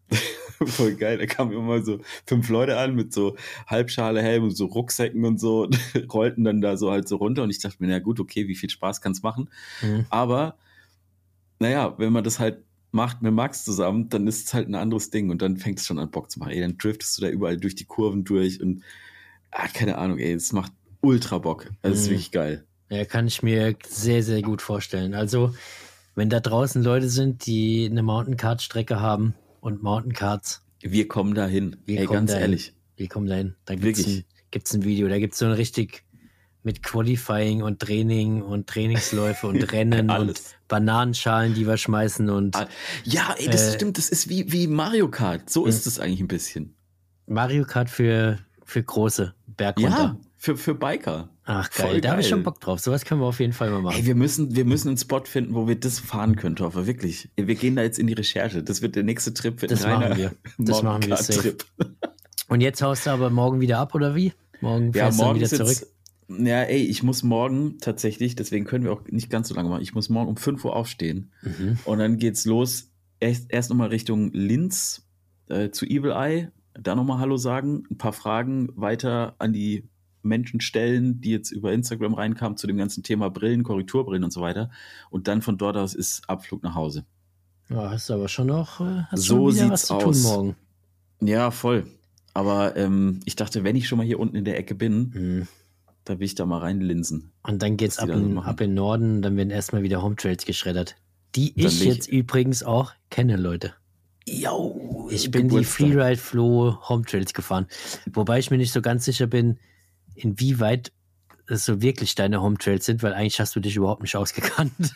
voll geil, da kamen immer mal so fünf Leute an mit so Halbschale Helm und so Rucksäcken und so und rollten dann da so halt so runter und ich dachte mir, na gut, okay, wie viel Spaß kann's machen? Mhm. Aber naja, wenn man das halt macht mit Max zusammen, dann ist es halt ein anderes Ding und dann fängt es schon an Bock zu machen. Ey, dann driftest du da überall durch die Kurven durch und ah, keine Ahnung, ey, es macht ultra Bock. Das mhm. ist wirklich geil.
Ja, kann ich mir sehr, sehr gut vorstellen. Also, wenn da draußen Leute sind, die eine Mountain-Kart-Strecke haben, und Mountain Karts.
Wir kommen dahin.
Wir
Ey,
kommen
ganz
dahin.
ehrlich.
Wir kommen dahin. Da gibt's ein, gibt's ein Video. Da gibt's so ein richtig mit Qualifying und Training und Trainingsläufe und Rennen und Bananenschalen, die wir schmeißen und
ja, ey, das äh, stimmt, das ist wie, wie Mario Kart. So ist es eigentlich ein bisschen.
Mario Kart für, für große Bergrunter.
Ja, für, für Biker.
Ach geil, Voll da habe ich schon Bock drauf. Sowas können wir auf jeden Fall mal machen.
Hey, wir müssen, wir müssen einen Spot finden, wo wir das fahren können, Toffer, wirklich. Wir gehen da jetzt in die Recherche. Das wird der nächste Trip. Wird
das machen wir. Das machen wir safe. Und jetzt haust du aber morgen wieder ab, oder wie? Morgen fährst ja, morgen du wieder zurück?
Jetzt, ja, ey, ich muss morgen tatsächlich, deswegen können wir auch nicht ganz so lange machen, ich muss morgen um fünf Uhr aufstehen. Mhm. Und dann geht's los, erst, erst nochmal Richtung Linz äh, zu Evil Eye, da nochmal Hallo sagen, ein paar Fragen weiter an die Menschen stellen, die jetzt über Instagram reinkamen zu dem ganzen Thema Brillen, Korrekturbrillen und so weiter. Und dann von dort aus ist Abflug nach Hause.
Ja, hast du aber schon noch hast
so
schon wieder
sieht's
was zu
aus.
tun morgen.
Ja, voll. Aber ähm, ich dachte, wenn ich schon mal hier unten in der Ecke bin, mhm. da will ich da mal reinlinsen.
Und dann geht's ab in, ab in Norden, dann werden erstmal wieder Home Trails geschreddert. Die ich jetzt ich übrigens auch kenne, Leute.
Yo,
ich bin Geburtstag. Die Freeride Flow Home Trails gefahren. Wobei ich mir nicht so ganz sicher bin, inwieweit es so wirklich deine Home Trails sind, weil eigentlich hast du dich überhaupt nicht ausgekannt.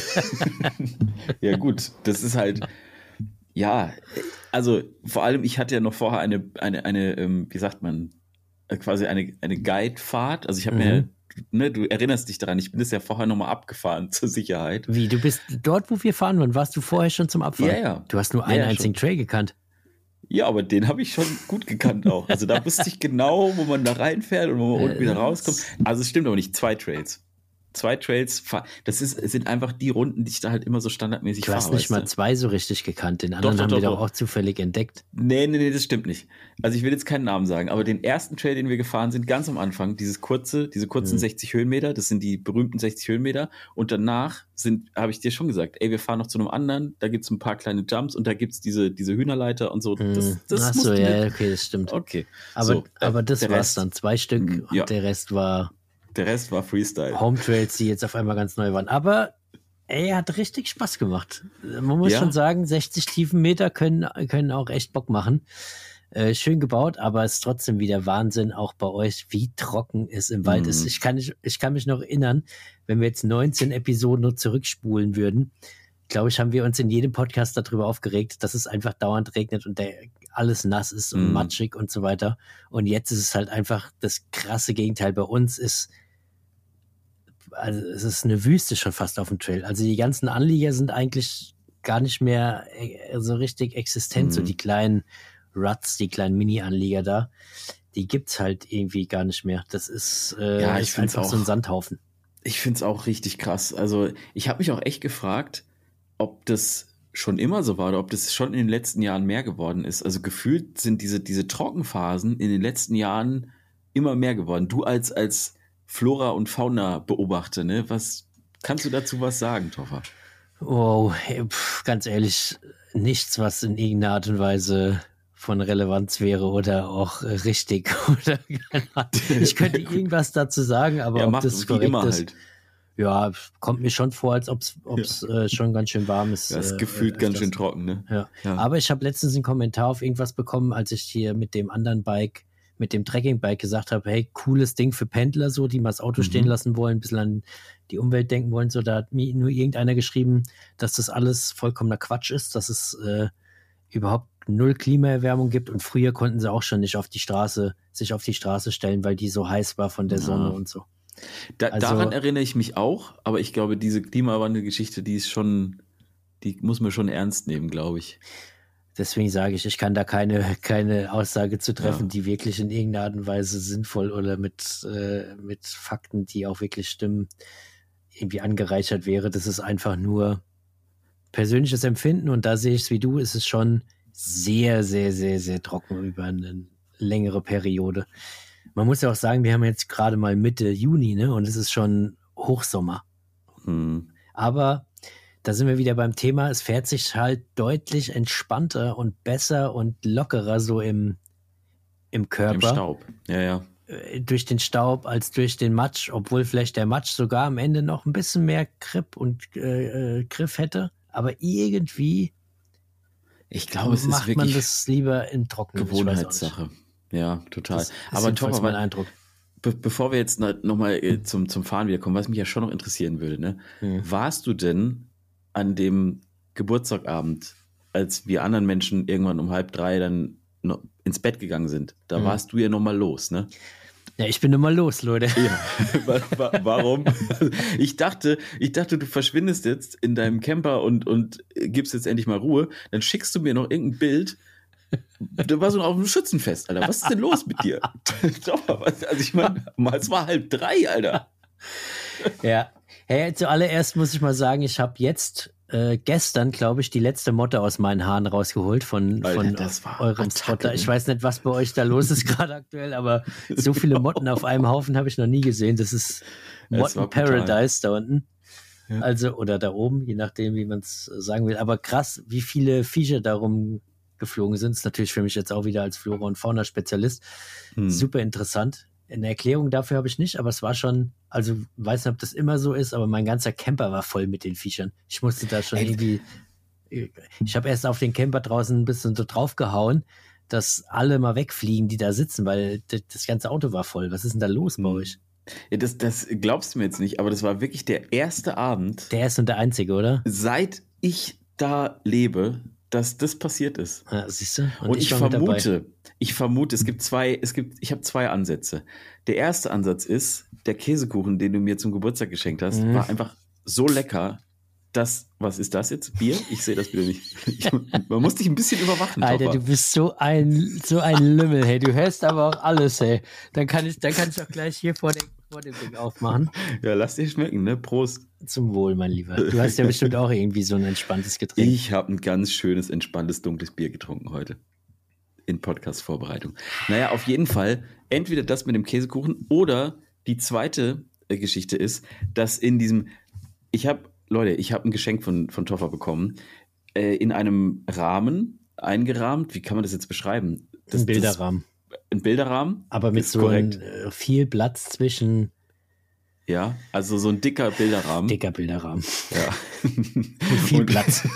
Ja gut, das ist halt, ja, also vor allem, ich hatte ja noch vorher eine, eine, eine, ähm, wie sagt man, quasi eine, eine Guide-Fahrt. Also ich habe mhm. mir, ne, du erinnerst dich daran, ich bin das ja vorher nochmal abgefahren zur Sicherheit.
Wie, du bist dort, wo wir fahren waren, warst du vorher schon zum Abfahren?
Ja, ja.
Du hast nur einen
ja, ja,
einzigen
schon.
Trail gekannt.
Ja, aber den habe ich schon gut gekannt auch. Also da wusste ich genau, wo man da reinfährt und wo man unten wieder rauskommt. Also es stimmt aber nicht, zwei Trails. Zwei Trails, das ist, sind einfach die Runden, die ich da halt immer so standardmäßig fahre.
Du hast nicht mal zwei so richtig gekannt, den anderen doch, doch, haben wir doch auch zufällig entdeckt.
Nee, nee, nee, das stimmt nicht. Also ich will jetzt keinen Namen sagen, aber den ersten Trail, den wir gefahren sind, ganz am Anfang, dieses kurze, diese kurzen mhm. sechzig Höhenmeter, das sind die berühmten sechzig Höhenmeter und danach sind, habe ich dir schon gesagt, ey, wir fahren noch zu einem anderen, da gibt es ein paar kleine Jumps und da gibt es diese, diese Hühnerleiter und so. Das, das
Ach so, ja, okay, das stimmt.
Okay.
Aber, so, aber das war es dann, zwei Stück und ja. der Rest war...
Der Rest war Freestyle.
Home Trails, die jetzt auf einmal ganz neu waren. Aber ey, hat richtig Spaß gemacht. Man muss ja. schon sagen, sechzig Tiefenmeter können, können auch echt Bock machen. Äh, schön gebaut, aber es ist trotzdem wieder Wahnsinn, auch bei euch, wie trocken es im Wald mhm. ist. Ich kann, nicht, ich kann mich noch erinnern, wenn wir jetzt neunzehn Episoden nur zurückspulen würden, glaube ich, haben wir uns in jedem Podcast darüber aufgeregt, dass es einfach dauernd regnet und der, alles nass ist und mhm. matschig und so weiter. Und jetzt ist es halt einfach das krasse Gegenteil. Bei uns ist Also es ist eine Wüste schon fast auf dem Trail. Also die ganzen Anlieger sind eigentlich gar nicht mehr so richtig existent. Mhm. So die kleinen Ruts, die kleinen Mini-Anlieger da, die gibt's halt irgendwie gar nicht mehr. Das ist, äh,
ja, ich
ist einfach
auch,
so ein Sandhaufen.
Ich find's auch richtig krass. Also ich habe mich auch echt gefragt, ob das schon immer so war oder ob das schon in den letzten Jahren mehr geworden ist. Also gefühlt sind diese, diese Trockenphasen in den letzten Jahren immer mehr geworden. Du als, als Flora- und Fauna-Beobachter, ne? Was kannst du dazu was sagen, Toffer?
Oh, pf, ganz ehrlich, nichts, was in irgendeiner Art und Weise von Relevanz wäre oder auch richtig. Oder ich könnte irgendwas dazu sagen, aber
ja,
ob
macht,
das korrekt
immer
ist,
halt.
ja, kommt mir schon vor, als ob es
ja.
äh, schon ganz schön warm ist.
Das ist äh, gefühlt äh, ganz schön trocken, ne?
Ja. ja. Aber ich habe letztens einen Kommentar auf irgendwas bekommen, als ich hier mit dem anderen Bike mit dem Trekkingbike gesagt habe, hey, cooles Ding für Pendler, so, die mal das Auto mhm. stehen lassen wollen, ein bisschen an die Umwelt denken wollen, so, da hat mir nur irgendeiner geschrieben, dass das alles vollkommener Quatsch ist, dass es äh, überhaupt null Klimaerwärmung gibt und früher konnten sie auch schon nicht auf die Straße, sich auf die Straße stellen, weil die so heiß war von der ja. Sonne und so.
Da,
also,
daran erinnere ich mich auch, aber ich glaube, diese Klimawandelgeschichte, die ist schon, die muss man schon ernst nehmen, glaube ich.
Deswegen sage ich, ich kann da keine, keine Aussage zu treffen,
ja.
die wirklich in irgendeiner Art und Weise sinnvoll oder mit, äh, mit Fakten, die auch wirklich stimmen, irgendwie angereichert wäre. Das ist einfach nur persönliches Empfinden und da sehe ich es wie du, ist es schon sehr, sehr, sehr, sehr trocken über eine längere Periode. Man muss ja auch sagen, wir haben jetzt gerade mal Mitte Juni, ne, und es ist schon Hochsommer.
Hm.
Aber da sind wir wieder beim Thema, es fährt sich halt deutlich entspannter und besser und lockerer so im, im Körper. Im
Staub, ja, ja.
Durch den Staub als durch den Matsch, obwohl vielleicht der Matsch sogar am Ende noch ein bisschen mehr Grip und äh, Griff hätte. Aber irgendwie
ich glaube, es
macht
ist wirklich
man das lieber im Trockenen.
Gewohnheitssache. Ja, total.
Das
aber Toffer,
mein Eindruck.
be- bevor wir jetzt nochmal äh, zum, zum Fahren wiederkommen, was mich ja schon noch interessieren würde, ne?
Hm.
Warst du denn an dem Geburtstagabend, als wir anderen Menschen irgendwann um halb drei dann noch ins Bett gegangen sind, da
Hm.
warst du ja nochmal los, ne?
Ja, ich bin immer los, Leute.
Ja. Wa- wa- Warum? Ich dachte, ich dachte, du verschwindest jetzt in deinem Camper und, und gibst jetzt endlich mal Ruhe. Dann schickst du mir noch irgendein Bild. Da war so auf einem Schützenfest, Alter. Was ist denn los mit dir? Doch, was- also ich meine, es war halb drei, Alter.
Ja. Hey, zuallererst muss ich mal sagen, ich habe jetzt äh, gestern, glaube ich, die letzte Motte aus meinen Haaren rausgeholt von,
Alter,
von
das war
eurem
Attacke,
Spotter. Ich
ne?
weiß nicht, was bei euch da los ist gerade aktuell, aber so viele Motten auf einem Haufen habe ich noch nie gesehen. Das ist
Es war
Motten
brutal.
Paradise da unten.
Ja.
Also, oder da oben, je nachdem, wie man es sagen will. Aber krass, wie viele Viecher darum geflogen sind. Ist natürlich für mich jetzt auch wieder als Flora- und Fauna-Spezialist
Hm.
super interessant. Eine Erklärung dafür habe ich nicht, aber es war schon, also weiß nicht, ob das immer so ist, aber mein ganzer Camper war voll mit den Viechern. Ich musste da schon
Ey.
irgendwie, ich habe erst auf den Camper draußen ein bisschen so draufgehauen, dass alle mal wegfliegen, die da sitzen, weil d- das ganze Auto war voll. Was ist denn da los bei
Hm.
euch?
Ja, das, das glaubst du mir jetzt nicht, aber das war wirklich der erste Abend,
Der ist und der einzige, oder?
seit ich da lebe, dass das passiert ist.
Ja, siehst du?
Und, ich,
war mit dabei.
vermute, ich vermute, es gibt zwei, es gibt, ich habe zwei Ansätze. Der erste Ansatz ist, der Käsekuchen, den du mir zum Geburtstag geschenkt hast,
Mhm.
war einfach so lecker, dass, was ist das jetzt? Bier? Ich sehe das wieder nicht. Ich, man muss dich ein bisschen überwachen,
Alter,
Topper.
du bist so ein, so ein Lümmel, hey. Du hörst aber auch alles, hey. Dann kann ich, dann kann ich auch gleich hier vor dem, vor dem Ding aufmachen.
Ja, lass dir schmecken, ne? Prost.
Zum Wohl, mein Lieber. Du hast ja bestimmt auch irgendwie so ein entspanntes Getränk.
Ich habe ein ganz schönes, entspanntes, dunkles Bier getrunken heute. In Podcast-Vorbereitung. Naja, auf jeden Fall, entweder das mit dem Käsekuchen oder die zweite äh, Geschichte ist, dass in diesem, ich habe, Leute, ich habe ein Geschenk von, von Toffer bekommen, äh, in einem Rahmen eingerahmt. Wie kann man das jetzt beschreiben? Das,
Ein Bilderrahmen.
Das, ein Bilderrahmen.
Aber mit
ist
so
korrekt.
ein, äh, viel Platz zwischen
Ja, also so ein dicker Bilderrahmen.
dicker Bilderrahmen.
Ja.
Mit viel
Und-
Platz.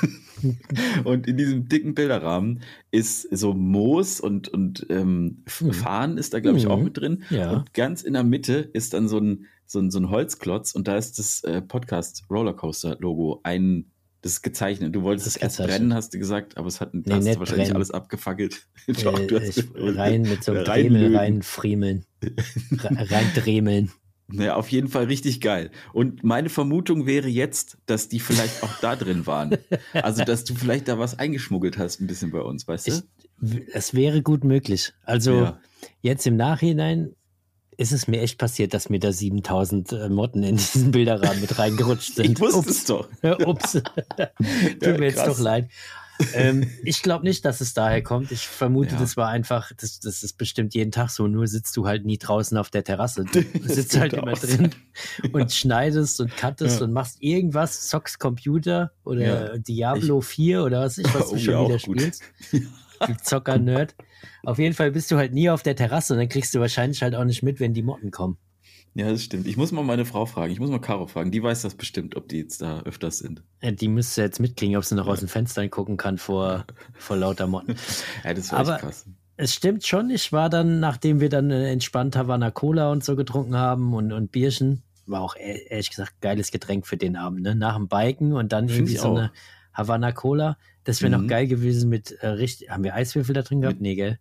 Und in diesem dicken Bilderrahmen ist so Moos und, und ähm, F-
Mhm.
Farn ist da, glaube ich,
Mhm.
auch mit drin.
Ja.
Und ganz in der Mitte ist dann so ein, so ein, so ein Holzklotz und da ist das äh, Podcast Rollercoaster Logo ein, das ist gezeichnet. Du wolltest
Das
es
ist
erst
gezeichnet.
brennen, hast du gesagt, aber es hat
Nee,
hast
nicht
du wahrscheinlich
brennen.
alles abgefackelt. Doch,
Äh,
du hast-
ich, rein mit so einem
Reinlöten.
Dremel rein friemeln. Re- rein dremeln.
Naja, auf jeden Fall richtig geil. Und meine Vermutung wäre jetzt, dass die vielleicht auch da drin waren. Also, dass du vielleicht da was eingeschmuggelt hast, ein bisschen bei uns, weißt du?
Ich, es wäre gut möglich. Also
Ja.
jetzt im Nachhinein ist es mir echt passiert, dass mir da siebentausend äh, Motten in diesen Bilderrahmen mit reingerutscht sind.
Ich wusste
Ups.
es doch.
Ups. Tut
Ja,
mir jetzt
krass.
doch leid. ähm, ich glaube nicht, dass es daher kommt. Ich vermute,
Ja.
das war einfach, das, das ist bestimmt jeden Tag so, nur sitzt du halt nie draußen auf der Terrasse. Du sitzt halt
könnte
immer
auch
drin und schneidest und cuttest
Ja.
und machst irgendwas, zockst Computer oder
Ja.
Diablo vier oder was ich, was
Oh,
du schon
ja,
wieder
auch gut.
spielst. Du Zocker-Nerd. Auf jeden Fall bist du halt nie auf der Terrasse und dann kriegst du wahrscheinlich halt auch nicht mit, wenn die Motten kommen.
Ja, das stimmt. Ich muss mal meine Frau fragen. Ich muss mal Caro fragen. Die weiß das bestimmt, ob die jetzt da öfters sind.
Ja, die müsste jetzt mitkriegen, ob sie noch aus den Fenstern gucken kann vor, vor lauter Motten.
Ja, das war
Aber-
echt krass.
Es stimmt schon, ich war dann, nachdem wir dann äh, entspannt Havana Cola und so getrunken haben und, und Bierchen, war auch e- ehrlich gesagt geiles Getränk für den Abend, ne? Nach dem Biken und dann
Find
irgendwie
ich
so
auch.
eine Havana Cola. Das wäre
Mhm.
noch geil gewesen mit äh, richtig. Haben wir Eiswürfel da drin gehabt? Nee, gell?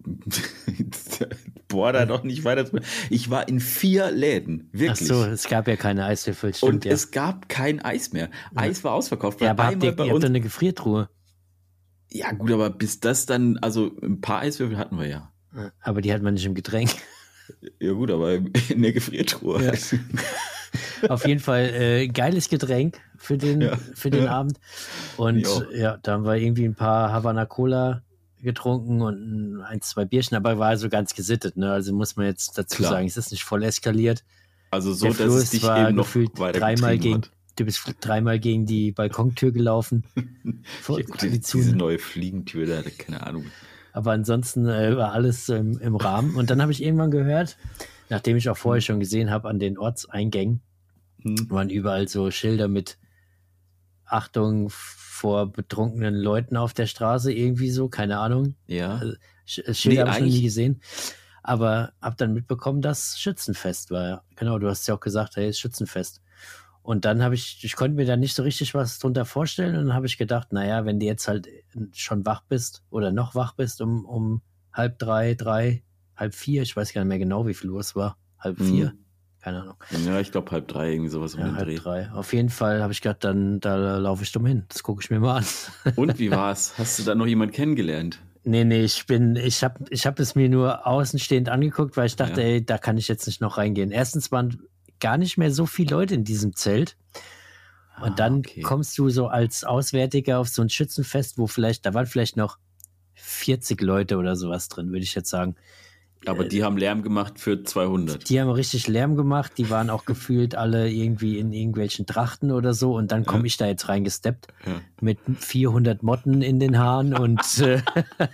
Boah, da doch nicht weiter. Ich war in vier Läden.
Ach
Wirklich.
so, es gab ja keine Eiswürfel, stimmt
Und
ja.
es gab kein Eis mehr. Eis war ausverkauft. Weil
Ja, aber habt
einmal
ihr,
bei
ihr habt
uns.
doch eine Gefriertruhe.
Ja, gut, aber bis das dann, also ein paar Eiswürfel hatten wir ja.
Aber die hat man nicht im Getränk.
Ja, gut, aber in der Gefriertruhe.
Ja. Auf jeden Fall äh, geiles Getränk für den,
Ja.
für den
Ja.
Abend. Und
Jo.
ja, da haben wir irgendwie ein paar Havana Cola getrunken und ein, ein, zwei Bierchen, aber war so ganz gesittet. Ne? Also muss man jetzt dazu
Klar.
sagen, es ist nicht voll eskaliert.
Also so,
Der
dass
Flo
es
ist
dich
zwar
eben noch
gefühlt
weiter
dreimal
getrieben
gegen, du bist dreimal gegen die Balkontür gelaufen. Vor,
hat. Ja, gut,
die
die,
zu,
diese neue Fliegentür, da, keine Ahnung.
aber ansonsten äh, war alles im, im Rahmen. Und dann habe ich irgendwann gehört, nachdem ich auch vorher schon gesehen habe, an den Ortseingängen
Hm.
waren überall so Schilder mit Achtung vor betrunkenen Leuten auf der Straße, irgendwie so, keine Ahnung.
Ja.
Also, Sch- Schilder
Nee,
habe ich noch nie
eigentlich-
gesehen. aber habe dann mitbekommen, dass Schützenfest war. Genau, du hast ja auch gesagt, hey, ist Schützenfest. Und dann habe ich, ich konnte mir da nicht so richtig was drunter vorstellen und dann habe ich gedacht, naja, wenn du jetzt halt schon wach bist oder noch wach bist um, um halb drei, drei, halb vier, ich weiß gar nicht mehr genau, wie viel Uhr es war, halb mhm. vier, keine Ahnung.
Ja, ich glaube halb drei, irgendwie sowas um
ja,
den
halb
Dreh.
drei. Auf jeden Fall habe ich gedacht, dann da laufe ich dumm hin, das gucke ich mir mal an.
Und wie war's? Hast du da noch jemanden kennengelernt?
Nee, nee, ich bin, ich habe ich hab es mir nur außenstehend angeguckt, weil ich dachte, ja. ey, da kann ich jetzt nicht noch reingehen. Erstens waren gar nicht mehr so viele Leute in diesem Zelt. Und dann ah, okay. kommst du so als Auswärtiger auf so ein Schützenfest, wo vielleicht, da waren vielleicht noch vierzig Leute oder sowas drin, würde ich jetzt sagen.
Aber die haben Lärm gemacht für zweihundert.
Die haben richtig Lärm gemacht, die waren auch gefühlt alle irgendwie in irgendwelchen Trachten oder so und dann komme ja. ich da jetzt reingesteppt ja. mit vierhundert Motten in den Haaren und äh,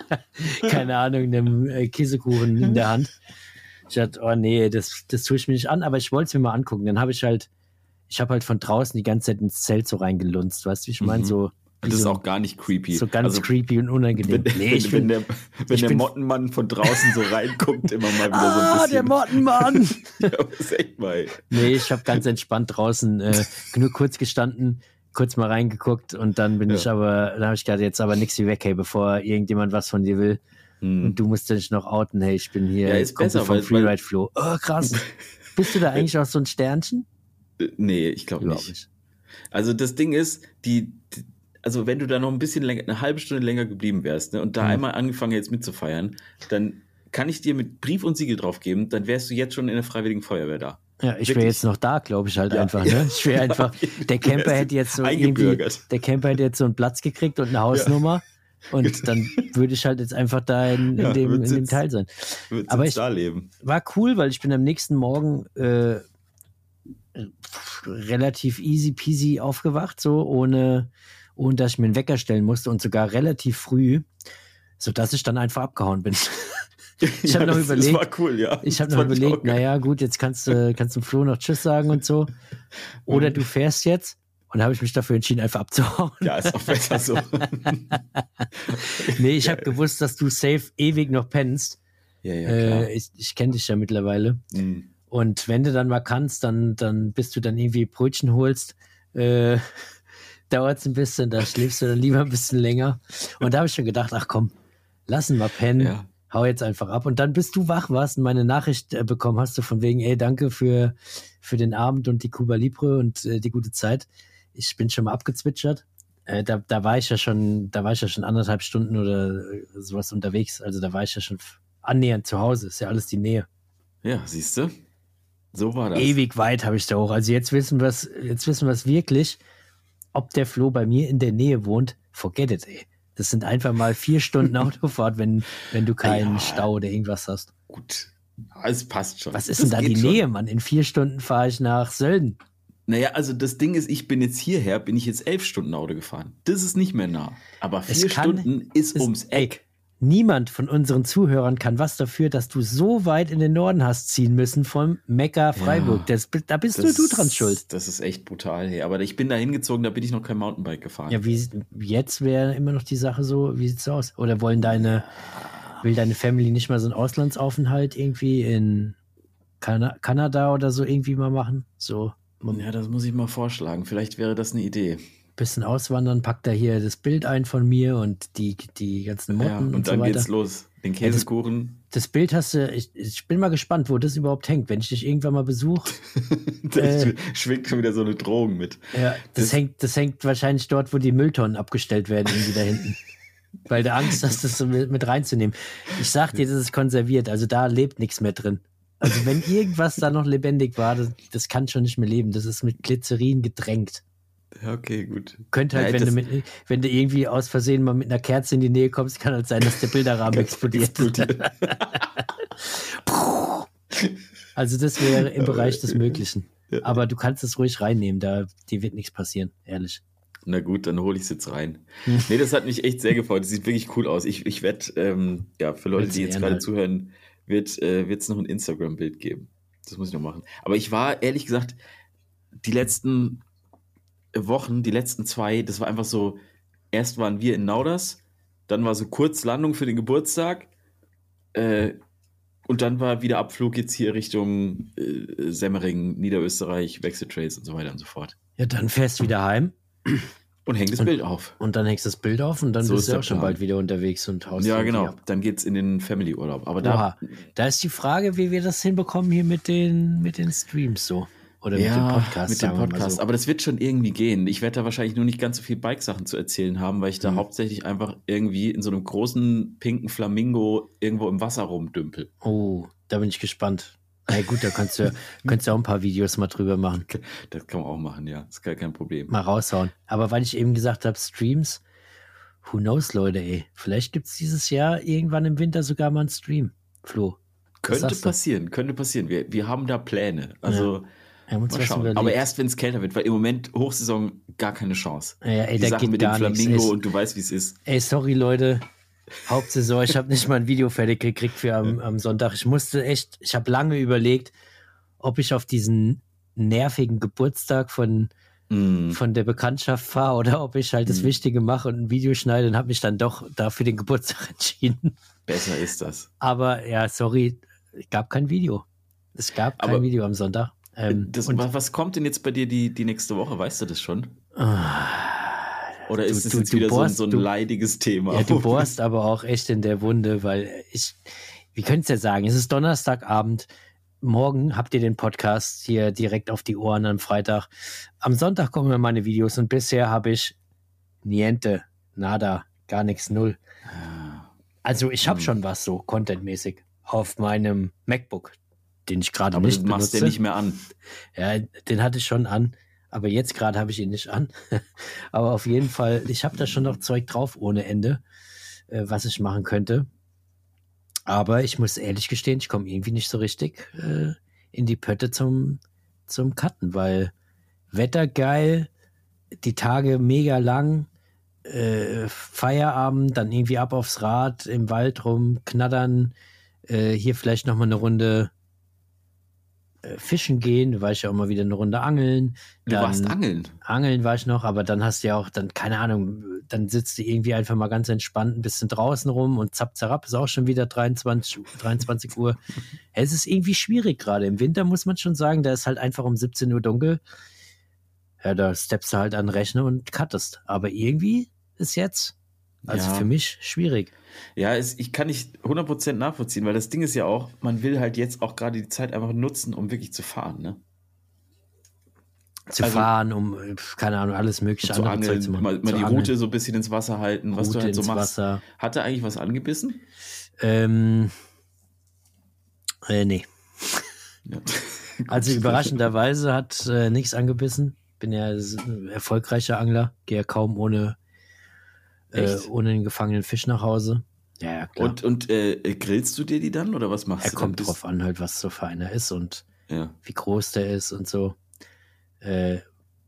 keine Ahnung, einem äh, Käsekuchen in der Hand. Ich dachte, oh nee, das, das tue ich mir nicht an, aber ich wollte es mir mal angucken. Dann habe ich halt, ich habe halt von draußen die ganze Zeit ins Zelt so reingelunzt, weißt du, wie ich meine?
Mhm.
So,
das ist so, auch gar nicht creepy.
So ganz also, creepy und unangenehm.
Wenn, nee, ich wenn, bin, der, wenn der bin, Mottenmann von draußen so reinguckt, immer mal wieder
ah,
so ein bisschen.
Ah, der Mottenmann!
Ja, das ist echt mal.
Nee, ich habe ganz entspannt draußen äh, nur kurz gestanden, kurz mal reingeguckt und dann bin ja. ich aber, dann habe ich gedacht, jetzt aber nichts wie weg, hey, bevor irgendjemand was von dir will. Hm. Und du musst dich noch outen, hey, ich bin hier
ja, ist besser,
vom
weil,
Freeride Flo. Oh, krass. Bist du da eigentlich auch so ein Sternchen?
Nee, ich glaube nicht. nicht. Also das Ding ist, die, die, also wenn du da noch ein bisschen länger, eine halbe Stunde länger geblieben wärst, ne, und da hm. einmal angefangen jetzt mitzufeiern, dann kann ich dir mit Brief und Siegel drauf geben, dann wärst du jetzt schon in der Freiwilligen Feuerwehr da.
Ja, ich wäre jetzt noch da, glaube ich halt ja. einfach. Ne? Ich wäre einfach, der Camper hätte jetzt so irgendwie, der Camper hätte jetzt so einen Platz gekriegt und eine Hausnummer. Ja. Und dann würde ich halt jetzt einfach da in, in, ja, dem, in dem Teil sein. Aber ich
da leben.
War cool, weil ich bin am nächsten Morgen äh, relativ easy peasy aufgewacht, so ohne, ohne dass ich mir einen Wecker stellen musste und sogar relativ früh, sodass ich dann einfach abgehauen bin. Ich habe ja, noch überlegt,
das war cool, ja.
Ich habe noch überlegt, naja, gut, jetzt kannst du kannst du Flo noch Tschüss sagen und so. Oder du fährst jetzt. Und da habe ich mich dafür entschieden, einfach abzuhauen.
Ja, ist auch besser so.
Nee, ich habe gewusst, dass du safe ewig noch pennst.
Ja, ja, klar.
Äh, ich ich kenne dich ja mittlerweile.
Mhm.
Und wenn du dann mal kannst, dann, dann bis du dann irgendwie Brötchen holst, äh, dauert es ein bisschen, da schläfst du dann lieber ein bisschen länger. Und da habe ich schon gedacht, ach komm, lass ihn mal pennen. Ja. Hau jetzt einfach ab. Und dann, bis du wach warst und meine Nachricht äh, bekommen hast, du von wegen, ey, danke für, für den Abend und die Cuba Libre und äh, die gute Zeit. Ich bin schon mal abgezwitschert. Äh, da, da war ich ja schon, da war ich ja schon anderthalb Stunden oder sowas unterwegs. Also da war ich ja schon annähernd zu Hause. Ist ja alles die Nähe.
Ja, siehst du? So war das.
Ewig weit habe ich da hoch. Also jetzt wissen wir es, jetzt wissen wir es wirklich, ob der Flo bei mir in der Nähe wohnt. Forget it, ey. Das sind einfach mal vier Stunden Autofahrt, wenn, wenn du keinen ja, Stau oder irgendwas hast.
Gut, es passt schon.
Was ist das denn da die schon. Nähe, Mann? In vier Stunden fahre ich nach Sölden.
Naja, also das Ding ist, ich bin jetzt hierher, bin ich jetzt elf Stunden Auto gefahren. Das ist nicht mehr nah. Aber vier kann, Stunden ist es, ums Eck. Ey,
niemand von unseren Zuhörern kann was dafür, dass du so weit in den Norden hast ziehen müssen vom Mekka Freiburg. Ja, das, da bist das, nur du dran schuld.
Das ist echt brutal. Hey. Aber ich bin da hingezogen, da bin ich noch kein Mountainbike gefahren.
Ja, wie jetzt wäre immer noch die Sache so, wie sieht's aus? Oder wollen deine, will deine Family nicht mal so einen Auslandsaufenthalt irgendwie in Kan- Kanada oder so irgendwie mal machen? So.
Ja, das muss ich mal vorschlagen. Vielleicht wäre das eine Idee.
Bisschen auswandern, packt da hier das Bild ein von mir und die, die ganzen Motten ja, und, und so weiter.
Und dann geht's los. Den Käsekuchen.
Ja, das, das Bild hast du, ich, ich bin mal gespannt, wo das überhaupt hängt. Wenn ich dich irgendwann mal besuche.
da äh, schwingt schon wieder so eine Drohung mit.
Ja, das, das, hängt, das hängt wahrscheinlich dort, wo die Mülltonnen abgestellt werden, irgendwie da hinten. Weil du Angst hast, das so mit, mit reinzunehmen. Ich sag dir, das ist konserviert, also da lebt nichts mehr drin. Also wenn irgendwas da noch lebendig war, das, das kann schon nicht mehr leben. Das ist mit Glycerin getränkt.
Ja, okay, gut.
Könnte halt, ja, wenn, du mit, wenn du irgendwie aus Versehen mal mit einer Kerze in die Nähe kommst, kann halt sein, dass der Bilderrahmen explodiert. explodiert. Also das wäre im Bereich des Möglichen. Ja. Aber du kannst es ruhig reinnehmen, da dir wird nichts passieren, ehrlich.
Na gut, dann hole ich es jetzt rein. Hm. Nee, das hat mich echt sehr gefreut. Das sieht wirklich cool aus. Ich, ich werde, ähm, ja, für Leute, die jetzt gerade halt. zuhören, wird es äh, noch ein Instagram-Bild geben. Das muss ich noch machen. Aber ich war, ehrlich gesagt, die letzten Wochen, die letzten zwei, das war einfach so, erst waren wir in Nauders, dann war so Kurzlandung für den Geburtstag, äh, Und dann war wieder Abflug jetzt hier Richtung äh, Semmering, Niederösterreich, Wechseltrades und so weiter und so fort.
Ja, dann fährst du wieder heim.
Und hängst das
und,
Bild auf.
Und dann hängst du das Bild auf und dann
So
bist
ist
du auch
der
schon
Plan.
bald wieder unterwegs und haust
Ja,
irgendwie
genau.
ab.
Dann geht's in den Family-Urlaub. Aber da,
Oha, da ist die Frage, wie wir das hinbekommen hier mit den, mit den Streams so. Oder
ja,
mit dem Podcast.
mit dem
sagen wir mal
Podcast.
so.
Aber das wird schon irgendwie gehen. Ich werde da wahrscheinlich nur nicht ganz so viel Bike-Sachen zu erzählen haben, weil ich da
Mhm.
hauptsächlich einfach irgendwie in so einem großen pinken Flamingo irgendwo im Wasser rumdümpel.
Oh, da bin ich gespannt. Na gut, da kannst du, kannst du auch ein paar Videos mal drüber machen.
Das kann man auch machen, ja. Ist gar kein Problem.
Mal raushauen. Aber weil ich eben gesagt habe, Streams, who knows, Leute, ey. Vielleicht gibt es dieses Jahr irgendwann im Winter sogar mal einen Stream. Flo. was
Könnte
sagst du?
passieren, könnte passieren. Wir, wir haben da Pläne. Also
Wir haben uns
mal
was
schauen.
überlegt.
Aber erst, wenn es kälter wird, weil im Moment Hochsaison gar keine Chance.
Ja, ey,
Die
da
Sachen
geht
mit dem
gar nichts.
Flamingo
Ey,
und du weißt, wie es ist.
ey, sorry, Leute. Hauptsaison, ich habe nicht mal ein Video fertig gekriegt für am, am Sonntag. Ich musste echt, ich habe lange überlegt, ob ich auf diesen nervigen Geburtstag von,
Mm.
von der Bekanntschaft fahre oder ob ich halt das
Mhm.
Wichtige mache und ein Video schneide und habe mich dann doch dafür den Geburtstag entschieden.
Besser ist das.
Aber ja, sorry, es gab kein Video. Es gab kein
Aber-
Video am Sonntag. Ähm,
Das,
und,
was, was kommt denn jetzt bei dir die, die nächste Woche? Weißt du das schon? Oder ist
Du-
es
du-
jetzt
du
wieder so, ein-
bohrst-
so ein
du-
leidiges Thema?
ja, du bohrst aber auch echt in der Wunde, weil ich, wie könntest du ja sagen, es ist Donnerstagabend, morgen habt ihr den Podcast hier direkt auf die Ohren am Freitag. Am Sonntag kommen mir meine Videos und bisher habe ich niente, nada, gar nichts, null. Also ich habe
Hm.
schon was so contentmäßig auf meinem MacBook, den ich gerade
Aber
nicht
du machst
benutze.
den nicht mehr an.
Ja, den hatte ich schon an, aber jetzt gerade habe ich ihn nicht an. Aber auf jeden Fall, ich habe da schon noch Zeug drauf ohne Ende, äh, was ich machen könnte. Aber ich muss ehrlich gestehen, ich komme irgendwie nicht so richtig äh, in die Pötte zum, zum Cutten, weil Wetter geil, die Tage mega lang, äh, Feierabend, dann irgendwie ab aufs Rad, im Wald rum, knattern, äh, hier vielleicht nochmal eine Runde äh, fischen gehen, da war ich ja auch mal wieder eine Runde angeln.
Du
Dann-
warst angeln.
Angeln war ich noch, aber dann hast du ja auch, dann, keine Ahnung, dann sitzt du irgendwie einfach mal ganz entspannt ein bisschen draußen rum und zapp, zapp, ist auch schon wieder dreiundzwanzig, dreiundzwanzig Uhr. Es ist irgendwie schwierig gerade. Im Winter muss man schon sagen, da ist halt einfach um siebzehn Uhr dunkel. Ja, da steppst du halt an den Rechner und cuttest. Aber irgendwie ist jetzt, also
Ja.
für mich, schwierig.
Ja, es, ich kann nicht hundert Prozent nachvollziehen, weil das Ding ist ja auch, man will halt jetzt auch gerade die Zeit einfach nutzen, um wirklich zu fahren, ne?
Zu
Also-
fahren, um, äh, keine Ahnung, alles mögliche
Zu
andere Zeug
angeln,
zu machen.
mal, mal
Zu
die
angeln.
Route so ein bisschen ins Wasser halten, was
Route
du halt so
ins
machst.
Wasser.
Hat er eigentlich was angebissen?
Ähm, äh, nee.
Ja.
Also überraschenderweise hat äh, nichts angebissen. Bin ja s- ein erfolgreicher Angler, gehe ja kaum ohne, äh,
Echt?
ohne den gefangenen Fisch nach Hause. Ja, ja, klar.
Und, und äh, grillst du dir die dann oder was machst
er
du
kommt
dann?
drauf an, halt, was so für einer ist und
Ja.
wie groß der ist und so. Äh,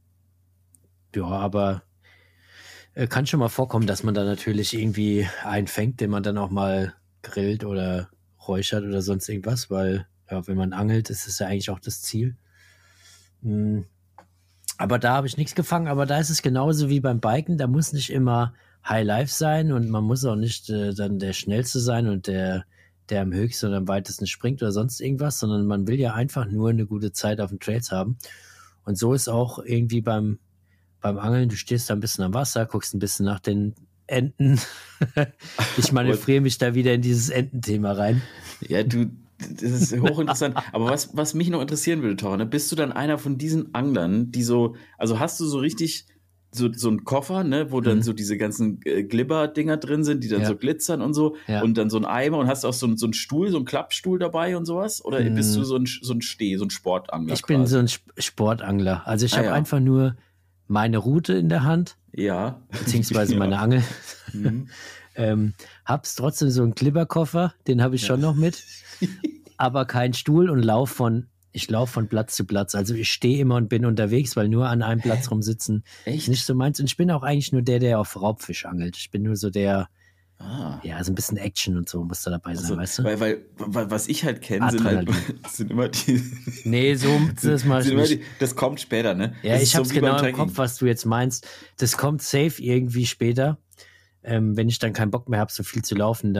ja, aber äh, kann schon mal vorkommen, dass man da natürlich irgendwie einen fängt, den man dann auch mal grillt oder räuchert oder sonst irgendwas, weil ja, wenn man angelt, ist es ja eigentlich auch das Ziel. Mm. Aber da habe ich nichts gefangen, aber da ist es genauso wie beim Biken, da muss nicht immer High Life sein und man muss auch nicht äh, dann der Schnellste sein und der, der am höchsten oder am weitesten springt oder sonst irgendwas, sondern man will ja einfach nur eine gute Zeit auf den Trails haben. Und so ist auch irgendwie beim, beim Angeln, du stehst da ein bisschen am Wasser, guckst ein bisschen nach den Enten. Ich manövriere mich da wieder in dieses Ententhema rein.
Ja, du, das ist hochinteressant. Aber was, was mich noch interessieren würde, Tore, ne, bist du dann einer von diesen Anglern, die so, also hast du so richtig so, so einen Koffer, ne, wo dann
Mhm.
so diese ganzen äh, Glibber-Dinger drin sind, die dann
Ja.
so glitzern und so,
Ja.
und dann so ein Eimer und hast auch so, ein- so einen Stuhl, so einen Klappstuhl dabei und sowas? Oder
Mhm.
bist du so ein, so ein Steh, so ein Sportangler?
Ich bin
quasi?
so ein Sp- Sportangler. Also ich
Ah,
habe
ja.
einfach nur meine Route in der Hand,
Ja.
beziehungsweise
Ja.
meine Angel.
Mhm.
Ähm, hab's trotzdem so einen Glibberkoffer, den habe ich schon noch mit, aber kein Stuhl und lauf von, ich laufe von Platz zu Platz. Also ich stehe immer und bin unterwegs, weil nur an einem Platz rumsitzen ist
Echt?
nicht so meins. Und ich bin auch eigentlich nur der, der auf Raubfisch angelt. Ich bin nur so der,
Ah.
ja, so ein bisschen Action und so muss da dabei sein,
Also,
weißt du?
weil, weil, weil, was ich halt kenne, sind halt
Adrenalin.
sind immer die.
Nee, so, das mache ich
sind immer
nicht.
die, das kommt später, ne?
Ja,
das
ich
ist
hab's
so wie beim
genau im
Trekking.
Kopf, was du jetzt meinst. Das kommt safe irgendwie später. Ähm, wenn ich dann keinen Bock mehr habe, so viel zu laufen, dann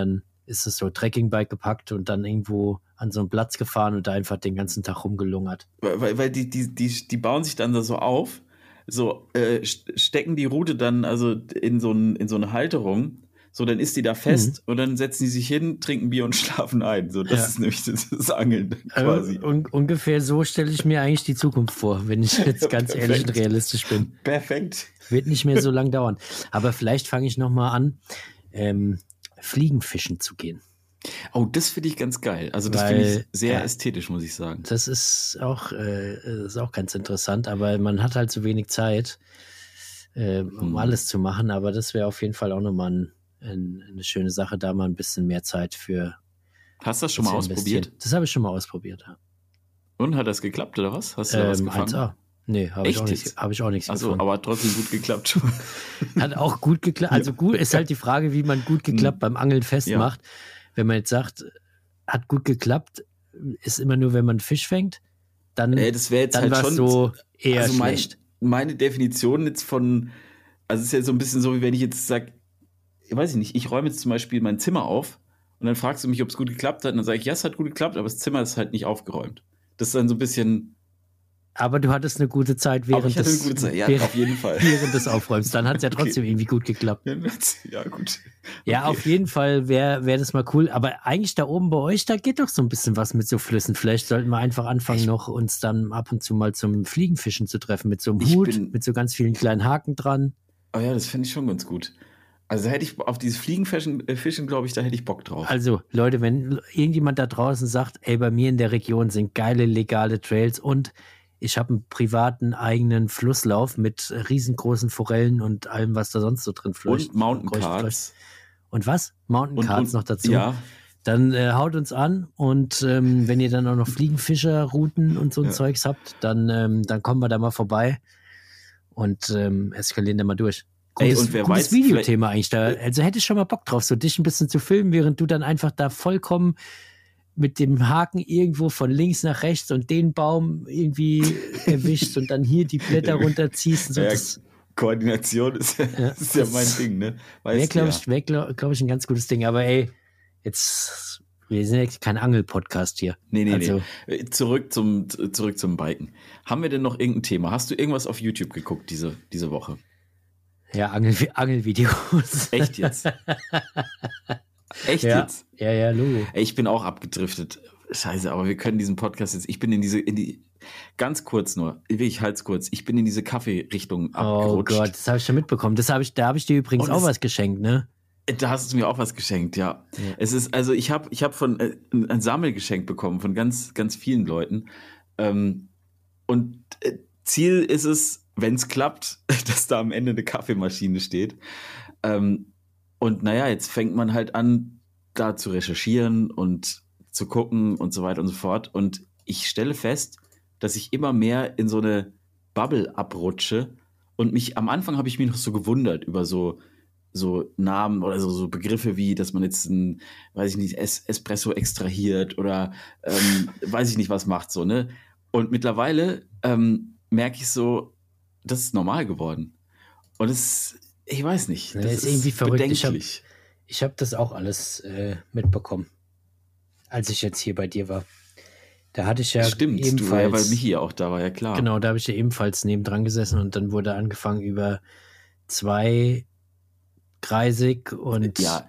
ist es so Trekkingbike gepackt und dann irgendwo an so einen Platz gefahren und da einfach den ganzen Tag rumgelungert.
Weil, weil die, die, die, die bauen sich dann da so auf, so äh, stecken die Rute dann also in so, ein, in so eine Halterung, so dann ist die da fest mhm. und dann setzen die sich hin, trinken Bier und schlafen ein. So, das ja. ist nämlich das, das Angeln quasi.
Also, un- ungefähr so stelle ich mir eigentlich die Zukunft vor, wenn ich jetzt ganz
Perfekt.
ehrlich und realistisch bin.
Perfekt.
Wird nicht mehr so lang dauern. Aber vielleicht fange ich nochmal an, ähm, Fliegenfischen zu gehen.
Oh, das finde ich ganz geil. Also das finde ich sehr ja, ästhetisch, muss ich sagen.
Das ist auch, äh, ist auch ganz interessant, aber man hat halt so wenig Zeit, äh, um hm. alles zu machen. Aber das wäre auf jeden Fall auch nochmal ein, ein, eine schöne Sache, da mal ein bisschen mehr Zeit für.
Hast du das schon mal ausprobiert?
Das habe ich schon mal ausprobiert, ja.
Und hat das geklappt oder was? Hast du da
ähm,
was gefangen?
eins A. Nee, habe ich auch nicht, hab ich auch nichts
Achso,
gefunden.
aber trotzdem gut geklappt.
Hat auch gut geklappt. Also gut ist halt die Frage, wie man gut geklappt hm. beim Angeln festmacht. Ja. Wenn man jetzt sagt, hat gut geklappt, ist immer nur, wenn man Fisch fängt, dann,
äh, das wäre jetzt
dann
halt schon
so eher
also mein,
schlecht.
Meine Definition jetzt von, also es ist ja so ein bisschen so, wie wenn ich jetzt sage, ich weiß ich nicht, ich räume jetzt zum Beispiel mein Zimmer auf und dann fragst du mich, ob es gut geklappt hat und dann sage ich, ja, es hat gut geklappt, aber das Zimmer ist halt nicht aufgeräumt. Das ist dann so ein bisschen...
Aber du hattest eine gute Zeit während,
aber ich hatte
des,
eine gute Zeit. Ja,
während,
auf jeden Fall.
während des Aufräumens. Dann hat es ja trotzdem okay. irgendwie gut geklappt.
Ja, gut.
Ja,
okay.
auf jeden Fall wäre wär das mal cool. Aber eigentlich da oben bei euch, da geht doch so ein bisschen was mit so Flüssen. Vielleicht sollten wir einfach anfangen, ich noch uns dann ab und zu mal zum Fliegenfischen zu treffen. Mit so einem Hut, bin, mit so ganz vielen kleinen Haken dran.
Oh ja, das finde ich schon ganz gut. Also da hätte ich auf dieses Fliegenfischen, äh, Fischen, glaube ich, da hätte ich Bock drauf.
Also Leute, wenn irgendjemand da draußen sagt, ey, bei mir in der Region sind geile, legale Trails und ich habe einen privaten eigenen Flusslauf mit riesengroßen Forellen und allem, was da sonst so drin fleucht.
Und Mountaincards.
Und was? Mountaincards noch dazu.
Ja.
Dann äh, haut uns an und ähm, wenn ihr dann auch noch Fliegenfischerrouten und so ein ja. Zeugs habt, dann, ähm, dann kommen wir da mal vorbei und ähm, eskalieren da mal durch. Gutes,
Ey, und wer
gutes
weiß,
Videothema eigentlich da. Also hätte ich schon mal Bock drauf, so dich ein bisschen zu filmen, während du dann einfach da vollkommen mit dem Haken irgendwo von links nach rechts und den Baum irgendwie erwischst und dann hier die Blätter runterziehst. Und so.
Ja,
das,
Koordination ist ja,
ja,
ist ja mein Ding, ne?
Wäre, glaube ich, wär, glaub, glaub ich, ein ganz gutes Ding. Aber ey, jetzt, wir sind ja kein Angel-Podcast hier.
Nee, nee,
also,
nee. Zurück zum, zurück zum Biken. Haben wir denn noch irgendein Thema? Hast du irgendwas auf YouTube geguckt diese, diese Woche?
Ja, Angel, Angelvideos.
Echt jetzt? Echt
ja,
jetzt?
Ja, ja, Logo.
Ey, ich bin auch abgedriftet. Scheiße, aber wir können diesen Podcast jetzt, ich bin in diese, in die, ganz kurz nur, ich halte es kurz, ich bin in diese Kaffee-Richtung abgerutscht.
Oh Gott, das habe ich schon mitbekommen. Das habe ich, da habe ich dir übrigens
Und
auch
es,
was geschenkt, ne?
Da hast du mir auch was geschenkt, ja.
ja.
Es ist, also ich habe ich hab von, äh, ein Sammelgeschenk bekommen von ganz, ganz vielen Leuten. Ähm, und äh, Ziel ist es, wenn es klappt, dass da am Ende eine Kaffeemaschine steht. Ähm, und naja, jetzt fängt man halt an, da zu recherchieren und zu gucken und so weiter und so fort. Und ich stelle fest, dass ich immer mehr in so eine Bubble abrutsche. Und mich, am Anfang habe ich mich noch so gewundert über so, so Namen oder so, so Begriffe wie, dass man jetzt ein, weiß ich nicht, es, Espresso extrahiert oder ähm, weiß ich nicht, was macht so, ne? Und mittlerweile ähm, merke ich so, das ist normal geworden. Und es, ich weiß nicht, das
ja, ist,
ist
irgendwie verrückt.
Bedenklich.
Ich habe hab das auch alles äh, mitbekommen, als ich jetzt hier bei dir war. Da hatte ich ja
Stimmt,
ebenfalls,
du, ja, weil Michi ja auch da war, ja klar.
Genau, da habe ich ja ebenfalls nebendran gesessen und dann wurde angefangen über zwei Kreisig und
ja,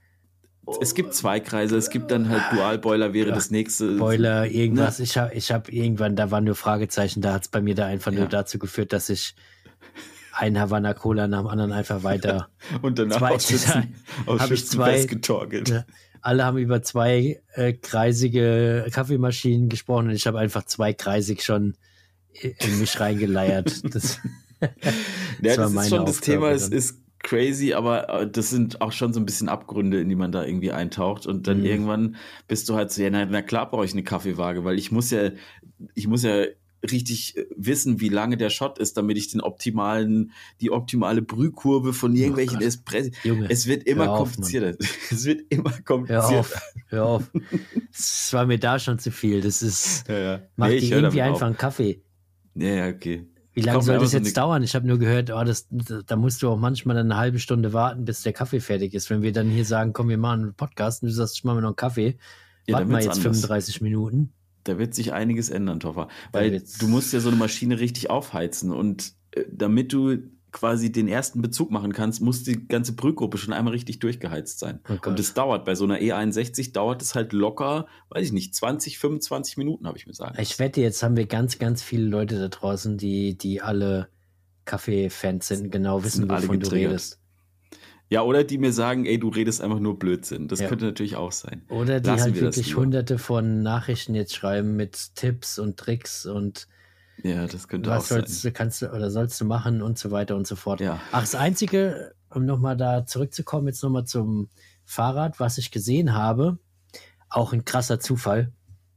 es gibt zwei Kreise, es gibt dann halt Dualboiler wäre ja, das nächste.
Boiler, irgendwas. Ne? Ich habe ich hab irgendwann, da waren nur Fragezeichen, da hat es bei mir da einfach ja. nur dazu geführt, dass ich ein Havanna Cola nach dem anderen einfach weiter.
Und danach
zwei,
ausschützen,
habe ich zwei
getorkelt.
Ja, alle haben über zwei äh, kreisige Kaffeemaschinen gesprochen und ich habe einfach zwei kreisig schon in mich reingeleiert. Das,
das, ja, das ist schon das Thema, es ist crazy, aber das sind auch schon so ein bisschen Abgründe, in die man da irgendwie eintaucht und dann mhm. irgendwann bist du halt so, ja, na, na klar brauche ich eine Kaffeewaage, weil ich muss ja, ich muss ja richtig wissen, wie lange der Shot ist, damit ich den optimalen, die optimale Brühkurve von irgendwelchen oh Espresso. Junge, es wird immer auf, komplizierter. Mann. Es wird immer komplizierter.
Hör auf, hör auf. Das war mir da schon zu viel. Das ist,
ja, ja.
macht
nee,
dir irgendwie einfach auf. einen Kaffee.
Ja, ja, okay.
Wie lange
Kauf
soll
mir
das
einfach so
jetzt
eine-
dauern? Ich habe nur gehört, oh, das, da musst du auch manchmal dann eine halbe Stunde warten, bis der Kaffee fertig ist. Wenn wir dann hier sagen, komm, wir machen einen Podcast und du sagst, ich mache mir noch einen Kaffee,
Ja,
warten
dann
wir
wird's
jetzt
anders.
fünfunddreißig Minuten.
Da wird sich einiges ändern, Toffer. Weil
wird's-
du musst ja so eine Maschine richtig aufheizen und äh, damit du quasi den ersten Bezug machen kannst, muss die ganze Brühgruppe schon einmal richtig durchgeheizt sein.
Oh Gott.
Und das dauert, bei so einer E einundsechzig dauert es halt locker, weiß ich nicht, zwanzig, fünfundzwanzig Minuten, habe ich mir sagen.
Ich wette, jetzt haben wir ganz, ganz viele Leute da draußen, die, die alle Kaffee-Fans sind und genau wissen,
Sind alle
wovon du
getriggert.
redest.
Ja, oder die mir sagen, ey, du redest einfach nur Blödsinn. Das
Ja.
könnte natürlich auch sein.
Oder die
Lassen
halt
wir das
wirklich
lieber.
hunderte von Nachrichten jetzt schreiben mit Tipps und Tricks und
Ja, das könnte
was
auch sein.
sollst du, kannst du oder sollst du machen und so weiter und so fort.
Ja.
Ach, das Einzige, um nochmal da zurückzukommen, jetzt nochmal zum Fahrrad, was ich gesehen habe, auch ein krasser Zufall.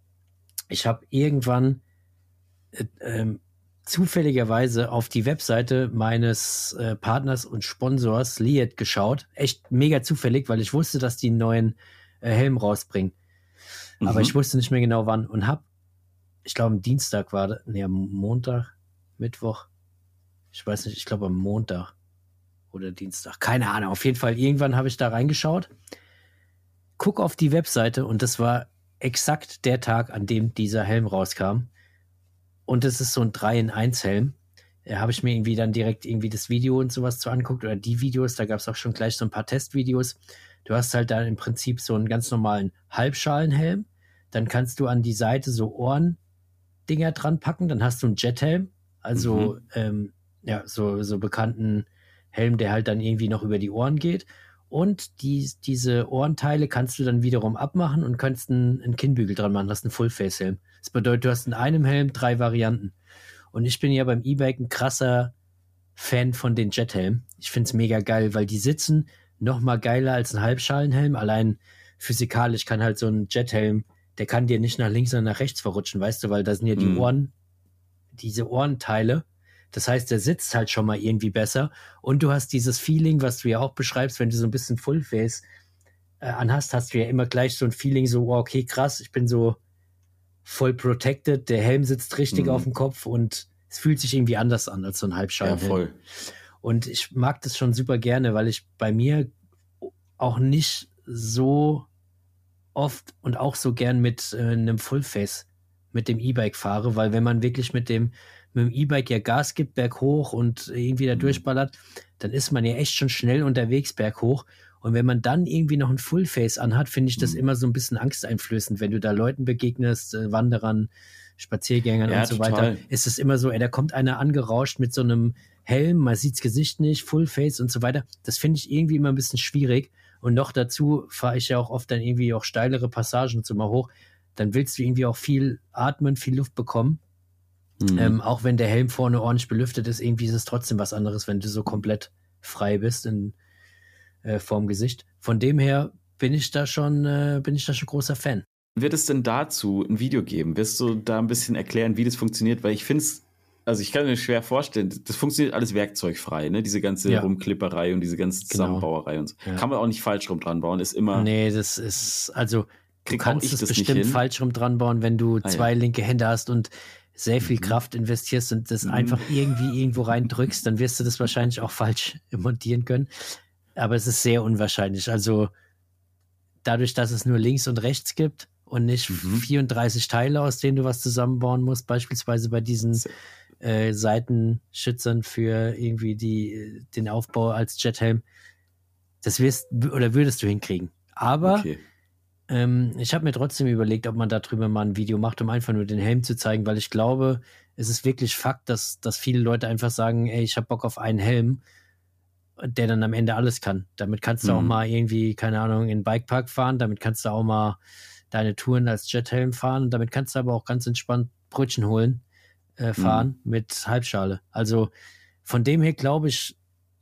Ich habe irgendwann äh, ähm, zufälligerweise auf die Webseite meines äh, Partners und Sponsors Liet geschaut. Echt mega zufällig, weil ich wusste, dass die einen neuen äh, Helm rausbringen. Aber
Mhm.
ich wusste nicht mehr genau wann und hab, ich glaube am Dienstag war das, nee, am Montag, Mittwoch, ich weiß nicht, ich glaube am Montag oder Dienstag, keine Ahnung, auf jeden Fall, irgendwann habe ich da reingeschaut, guck auf die Webseite und das war exakt der Tag, an dem dieser Helm rauskam. Und das ist so ein drei in eins Helm. Da habe ich mir irgendwie dann direkt irgendwie das Video und sowas zu anguckt oder die Videos, da gab es auch schon gleich so ein paar Testvideos. Du hast halt dann im Prinzip so einen ganz normalen Halbschalenhelm, dann kannst du an die Seite so Ohrendinger dran packen, dann hast du einen Jethelm, also
Mhm.
ähm, ja, so, so bekannten Helm, der halt dann irgendwie noch über die Ohren geht. Und die, diese Ohrenteile kannst du dann wiederum abmachen und kannst einen, einen Kinnbügel dran machen. Das ist ein Full-Face-Helm. Das bedeutet, du hast in einem Helm drei Varianten. Und ich bin ja beim E-Bike ein krasser Fan von den Jethelmen. Ich finde es mega geil, weil die sitzen noch mal geiler als ein Halbschalenhelm. Allein physikalisch kann halt so ein Jethelm, der kann dir nicht nach links oder nach rechts verrutschen, weißt du, weil da sind ja die
Mhm.
Ohren, diese Ohrenteile. Das heißt, der sitzt halt schon mal irgendwie besser. Und du hast dieses Feeling, was du ja auch beschreibst, wenn du so ein bisschen Fullface äh, anhast, hast du ja immer gleich so ein Feeling, so, oh, okay, krass, ich bin so voll protected, der Helm sitzt richtig
Mhm.
auf dem Kopf und es fühlt sich irgendwie anders an als so ein
Ja,
Halbschalenhelm.
voll.
Und ich mag das schon super gerne, weil ich bei mir auch nicht so oft und auch so gern mit äh, einem Fullface mit dem E-Bike fahre, weil wenn man wirklich mit dem mit dem E-Bike ja Gas gibt, berghoch und irgendwie da
Mhm.
durchballert, dann ist man ja echt schon schnell unterwegs berghoch. Und wenn man dann irgendwie noch ein Fullface anhat, finde ich das
Mhm.
immer so ein bisschen angsteinflößend, wenn du da Leuten begegnest, äh, Wanderern, Spaziergängern
Ja,
und so
total.
weiter, ist es immer so, ey, da kommt einer angerauscht mit so einem Helm, man sieht's Gesicht nicht, Fullface und so weiter. Das finde ich irgendwie immer ein bisschen schwierig. Und noch dazu fahre ich ja auch oft dann irgendwie auch steilere Passagen so mal hoch. Dann willst du irgendwie auch viel atmen, viel Luft bekommen.
Mhm.
Ähm, auch wenn der Helm vorne ordentlich belüftet ist, irgendwie ist es trotzdem was anderes, wenn du so komplett frei bist in, äh, vorm Gesicht. Von dem her bin ich da schon, äh, bin ich da schon großer Fan.
Wird es denn dazu ein Video geben? Wirst du da ein bisschen erklären, wie das funktioniert? Weil ich finde es, also ich kann mir schwer vorstellen, das funktioniert alles werkzeugfrei, ne? Diese ganze
Ja.
Rumklipperei und diese ganze
Genau.
Zusammenbauerei und so.
Ja.
Kann man auch nicht falsch rum dran bauen, ist immer.
Nee, das ist, also du
Krieg auch
kannst
ich
es
das nicht
bestimmt
hin.
falsch rum dran bauen, wenn du
Ah,
zwei
ja.
linke Hände hast und sehr viel
Mhm.
Kraft investierst und das
Mhm.
einfach irgendwie irgendwo reindrückst, dann wirst du das wahrscheinlich auch falsch montieren können. Aber es ist sehr unwahrscheinlich. Also dadurch, dass es nur links und rechts gibt und nicht
Mhm.
vierunddreißig Teile, aus denen du was zusammenbauen musst, beispielsweise bei diesen
Se-
äh, Seitenschützern für irgendwie die, den Aufbau als Jethelm, das wirst oder würdest du hinkriegen. Aber
Okay.
ähm, ich habe mir trotzdem überlegt, ob man darüber mal ein Video macht, um einfach nur den Helm zu zeigen, weil ich glaube, es ist wirklich Fakt, dass, dass viele Leute einfach sagen, ey, ich habe Bock auf einen Helm, der dann am Ende alles kann. Damit kannst du
Mhm.
auch mal irgendwie, keine Ahnung, in den Bikepark fahren, damit kannst du auch mal deine Touren als Jethelm fahren und damit kannst du aber auch ganz entspannt Brötchen holen, äh, fahren mit Halbschale. Also von dem her glaube ich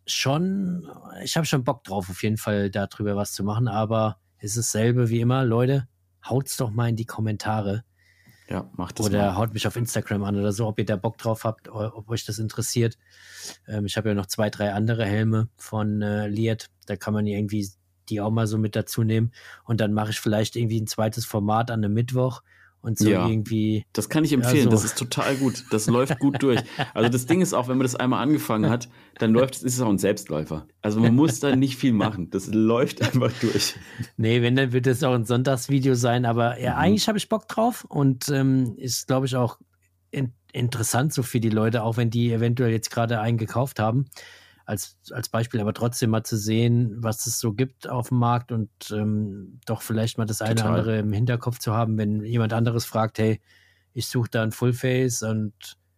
schon, ich habe schon Bock drauf, auf jeden Fall darüber was zu machen, aber es ist dasselbe wie immer. Leute, haut's doch mal in die Kommentare
Ja, mach das
oder
mal.
haut mich auf Instagram an oder so, ob ihr da Bock drauf habt, o- ob euch das interessiert. Ähm, ich habe ja noch zwei, drei andere Helme von äh, Liet, da kann man irgendwie die auch mal so mit dazu nehmen und dann mache ich vielleicht irgendwie ein zweites Format an einem Mittwoch und so
ja,
irgendwie.
Das kann ich empfehlen,
ja, so.
Das ist total gut. Das läuft gut durch. Also das Ding ist auch, wenn man das einmal angefangen hat, dann läuft es, ist es auch ein Selbstläufer. Also man muss da nicht viel machen. Das läuft einfach durch.
Nee, wenn, dann wird es auch ein Sonntagsvideo sein, aber ja, mhm. eigentlich habe ich Bock drauf und ähm, ist, glaube ich, auch in, interessant so für die Leute, auch wenn die eventuell jetzt gerade einen gekauft haben. Als, als Beispiel, aber trotzdem mal zu sehen, was es so gibt auf dem Markt und ähm, doch vielleicht mal das eine oder andere im Hinterkopf zu haben, wenn jemand anderes fragt, hey, ich suche da ein Fullface und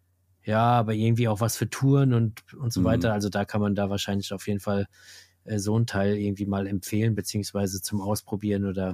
ja, aber irgendwie auch was für Touren und, und so mhm. weiter. Also da kann man da wahrscheinlich auf jeden Fall äh, so einen Teil irgendwie mal empfehlen, beziehungsweise zum Ausprobieren oder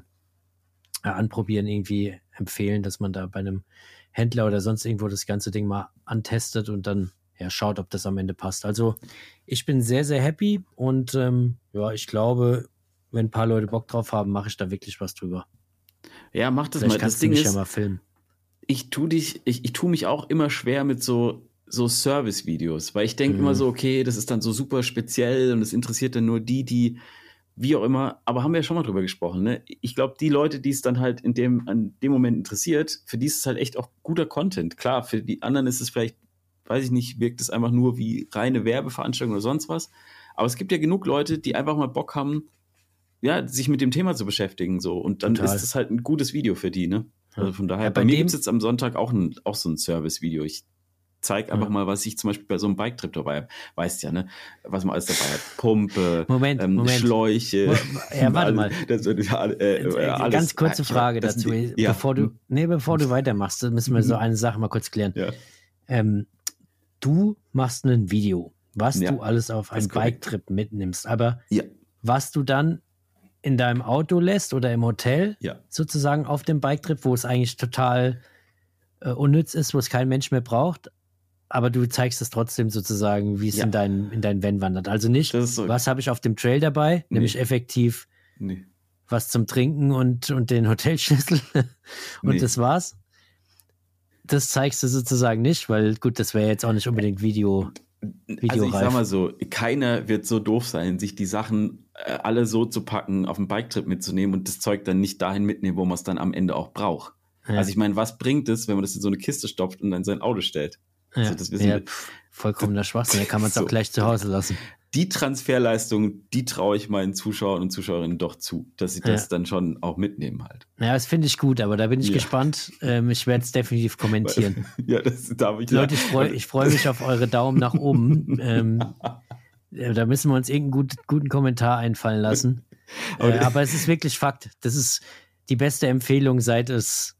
äh, anprobieren irgendwie empfehlen, dass man da bei einem Händler oder sonst irgendwo das ganze Ding mal antestet und dann ja, schaut, ob das am Ende passt. Also ich bin sehr, sehr happy und ähm, ja, ich glaube, wenn ein paar Leute Bock drauf haben, mache ich da wirklich was drüber.
Ja, mach das
Vielleicht
mal.
Kannst
das
du
Ding
mich
ist,
ja mal filmen.
Ich tu dich, ich, ich tu mich auch immer schwer mit so, so Service-Videos, weil ich denke mhm. immer so, okay, das ist dann so super speziell und es interessiert dann nur die, die, wie auch immer, aber haben wir ja schon mal drüber gesprochen, ne? Ich glaube, die Leute, die es dann halt in dem, an dem Moment interessiert, für die ist es halt echt auch guter Content. Klar, für die anderen ist es vielleicht, weiß ich nicht, wirkt es einfach nur wie reine Werbeveranstaltung oder sonst was. Aber es gibt ja genug Leute, die einfach mal Bock haben, ja, sich mit dem Thema zu beschäftigen, so. Und dann Total. Ist das halt ein gutes Video für die, ne? Also von daher, ja, bei, bei mir gibt es jetzt am Sonntag auch, ein, auch so ein Service-Video. Ich zeige einfach ja. mal, was ich zum Beispiel bei so einem Bike-Trip dabei habe. Weißt ja, ne? Was man alles dabei hat. Pumpe,
Moment,
ähm,
Moment.
Schläuche.
Ja, warte mal.
Das, äh, äh, alles.
Ganz kurze Frage
das,
dazu.
Die, ja.
Bevor du, nee, bevor du weitermachst, müssen wir so eine Sache mal kurz klären.
Ja.
Ähm, du machst ein Video, was
ja,
du alles auf einen Bike-Trip mitnimmst. Aber
ja.
was du dann in deinem Auto lässt oder im Hotel,
ja.
sozusagen auf dem Bike-Trip, wo es eigentlich total äh, unnütz ist, wo es kein Mensch mehr braucht, aber du zeigst es trotzdem sozusagen, wie es ja. in dein, in dein Van wandert. Also nicht, so. Was habe ich auf dem Trail dabei, nee. nämlich effektiv
nee.
was zum Trinken und, und den Hotelschlüssel und nee. das war's. Das zeigst du sozusagen nicht, weil gut, das wäre jetzt auch nicht unbedingt Video.
Also ich sag mal so, keiner wird so doof sein, sich die Sachen äh, alle so zu packen, auf einen Biketrip mitzunehmen und das Zeug dann nicht dahin mitnehmen, wo man es dann am Ende auch braucht. Ja. Also ich meine, was bringt es, wenn man das in so eine Kiste stopft und dann in sein Auto stellt?
Ja,
also das wissen
ja
wir.
Pff, vollkommener Schwachsinn, da kann man es so. auch gleich zu Hause lassen.
Die Transferleistung, die traue ich meinen Zuschauern und Zuschauerinnen doch zu, dass sie das ja. dann schon auch mitnehmen halt.
Ja, das finde ich gut, aber da bin ich ja. gespannt. Ähm, ich werde es definitiv kommentieren.
Ja, das darf ich
Leute, ich freue ich freu mich auf eure Daumen nach oben. ähm, da müssen wir uns irgendeinen gut, guten Kommentar einfallen lassen. Äh, okay. Aber es ist wirklich Fakt. Das ist die beste Empfehlung, seit es,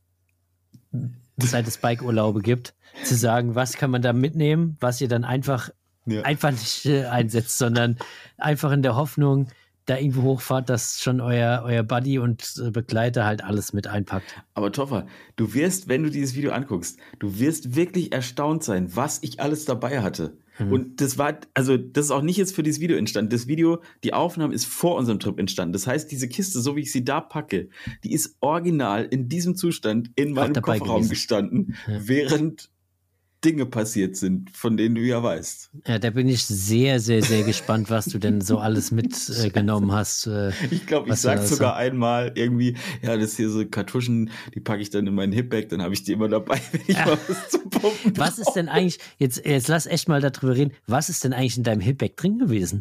seit es Bike-Urlaube gibt, zu sagen, was kann man da mitnehmen, was ihr dann einfach Ja. einfach nicht äh, einsetzt, sondern einfach in der Hoffnung, da irgendwo hochfahrt, dass schon euer, euer Buddy und äh, Begleiter halt alles mit einpackt.
Aber Toffer, du wirst, wenn du dieses Video anguckst, du wirst wirklich erstaunt sein, was ich alles dabei hatte. Mhm. Und das war, also das ist auch nicht jetzt für dieses Video entstanden. Das Video, die Aufnahme ist vor unserem Trip entstanden. Das heißt, diese Kiste, so wie ich sie da packe, die ist original in diesem Zustand in meinem Kofferraum gewesen. gestanden, ja. während Dinge passiert sind, von denen du ja weißt.
Ja, da bin ich sehr, sehr, sehr gespannt, was du denn so alles mitgenommen äh, hast. Äh,
ich glaube, ich sag sogar so. einmal irgendwie, ja, das hier so Kartuschen, die packe ich dann in meinen Hipbag, dann habe ich die immer dabei, wenn ich ja. mal was zu pumpen
Was ist denn eigentlich, jetzt, jetzt lass echt mal darüber reden, was ist denn eigentlich in deinem Hipbag drin gewesen?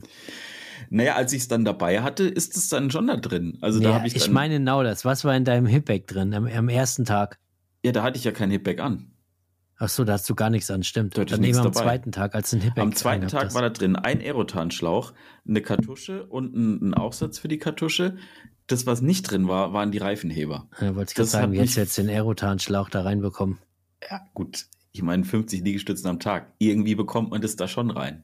Naja, als ich es dann dabei hatte, ist es dann schon da drin. Also
ja,
da habe ich dann,
ich meine genau das. Was war in deinem Hipbag drin am, am ersten Tag?
Ja, da hatte ich ja kein Hipbag an.
Ach so, da hast du gar nichts an, stimmt.
Dann
nehmen wir am dabei. zweiten Tag, als ein Hipbag.
Am zweiten Tag war da drin ein Aerotan-Schlauch, eine Kartusche und ein, ein Aufsatz für die Kartusche. Das, was nicht drin war, waren die Reifenheber.
Ja, wollte ich gerade sagen, wie hättest du jetzt den Aerotan-Schlauch da reinbekommen?
Ja, gut. Ich meine, fünfzig Liegestützen am Tag. Irgendwie bekommt man das da schon rein.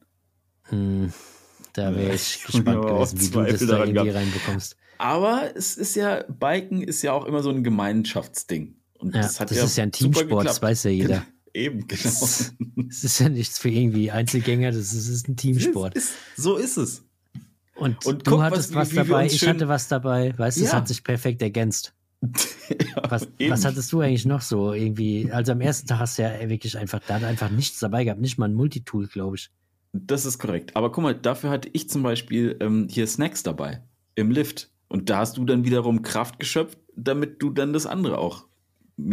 Hm, da wäre ich ja, gespannt gewesen, wie du das da irgendwie gehabt. reinbekommst.
Aber es ist ja, Biken ist ja auch immer so ein Gemeinschaftsding. Und
ja,
das hat
das
ja
ist ja ein Teamsport, das weiß ja jeder.
Eben, genau.
Es ist ja nichts für irgendwie Einzelgänger, das ist, das ist ein Teamsport.
Ist, ist, so ist es.
Und, und du guck, hattest was, was dabei, ich hatte was dabei, weißt du, ja. das hat sich perfekt ergänzt. ja, was, was hattest du eigentlich noch so irgendwie? Also am ersten Tag hast du ja wirklich einfach, da hat einfach nichts dabei gehabt, nicht mal ein Multitool, glaube ich.
Das ist korrekt. Aber guck mal, dafür hatte ich zum Beispiel ähm, hier Snacks dabei im Lift. Und da hast du dann wiederum Kraft geschöpft, damit du dann das andere auch mir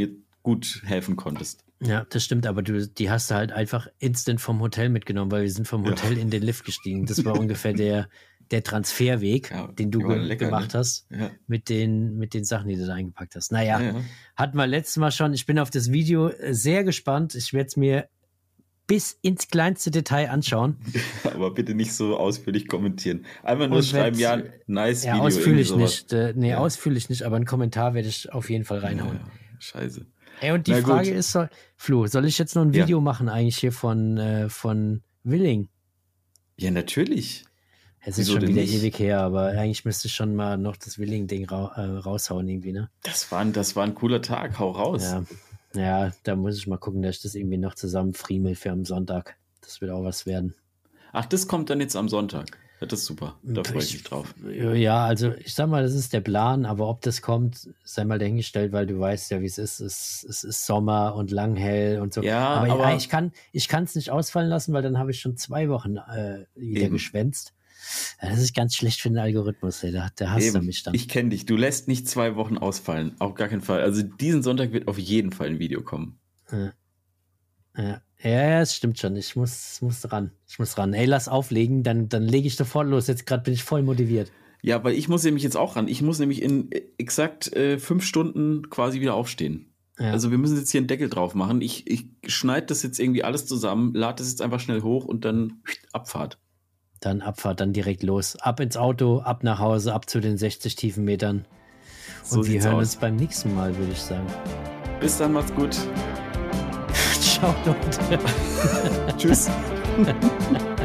gut helfen konntest.
Ja, das stimmt, aber du, die hast du halt einfach instant vom Hotel mitgenommen, weil wir sind vom Hotel ja. in den Lift gestiegen. Das war ungefähr der, der Transferweg, ja, den du ge- lecker, gemacht ne? hast, ja. mit, den, mit den Sachen, die du da eingepackt hast. Naja, ja, ja. hatten wir letztes Mal schon. Ich bin auf das Video sehr gespannt. Ich werde es mir bis ins kleinste Detail anschauen.
Aber bitte nicht so ausführlich kommentieren. Einmal nur schreiben, ja, nice
ja,
Video.
Ausführlich nicht. Äh, nee, ja. ausführlich nicht, aber einen Kommentar werde ich auf jeden Fall reinhauen.
Ja, scheiße.
Ey, und die Na Frage gut. ist, soll, Flo, soll ich jetzt noch ein Video ja. machen eigentlich hier von, äh, von Willing?
Ja, natürlich.
Es ist Wieso schon wieder nicht? ewig her, aber eigentlich müsste ich schon mal noch das Willing-Ding ra- äh, raushauen irgendwie, ne?
Das war, ein, das war ein cooler Tag, hau raus.
Ja. Ja, da muss ich mal gucken, dass ich das irgendwie noch zusammen friemel für am Sonntag. Das wird auch was werden.
Ach, das kommt dann jetzt am Sonntag. Das ist super. Da freue ich mich drauf.
Ja, also ich sag mal, das ist der Plan, aber ob das kommt, sei mal dahingestellt, weil du weißt ja, wie es ist. Es, es ist Sommer und lang hell und so.
Ja,
aber,
aber
ja, ich kann ich kann es nicht ausfallen lassen, weil dann habe ich schon zwei Wochen äh, wieder eben. geschwänzt. Das ist ganz schlecht für den Algorithmus, ey. Da, da hasst er mich dann.
Ich kenne dich. Du lässt nicht zwei Wochen ausfallen. Auf gar keinen Fall. Also diesen Sonntag wird auf jeden Fall ein Video kommen.
Ja, ja, ja es stimmt schon. Ich muss, muss ran. Ich muss ran. Ey, lass auflegen, dann, dann lege ich sofort los. Jetzt gerade bin ich voll motiviert.
Ja, weil ich muss nämlich jetzt auch ran. Ich muss nämlich in exakt äh, fünf Stunden quasi wieder aufstehen. Ja. Also wir müssen jetzt hier einen Deckel drauf machen. Ich, ich schneide das jetzt irgendwie alles zusammen, lade das jetzt einfach schnell hoch und dann Abfahrt.
Dann Abfahrt, dann direkt los. Ab ins Auto, ab nach Hause, ab zu den sechzig Tiefenmetern. Und so wir hören aus. uns beim nächsten Mal, würde ich sagen.
Bis dann, macht's gut.
Ciao, Leute.
Tschüss.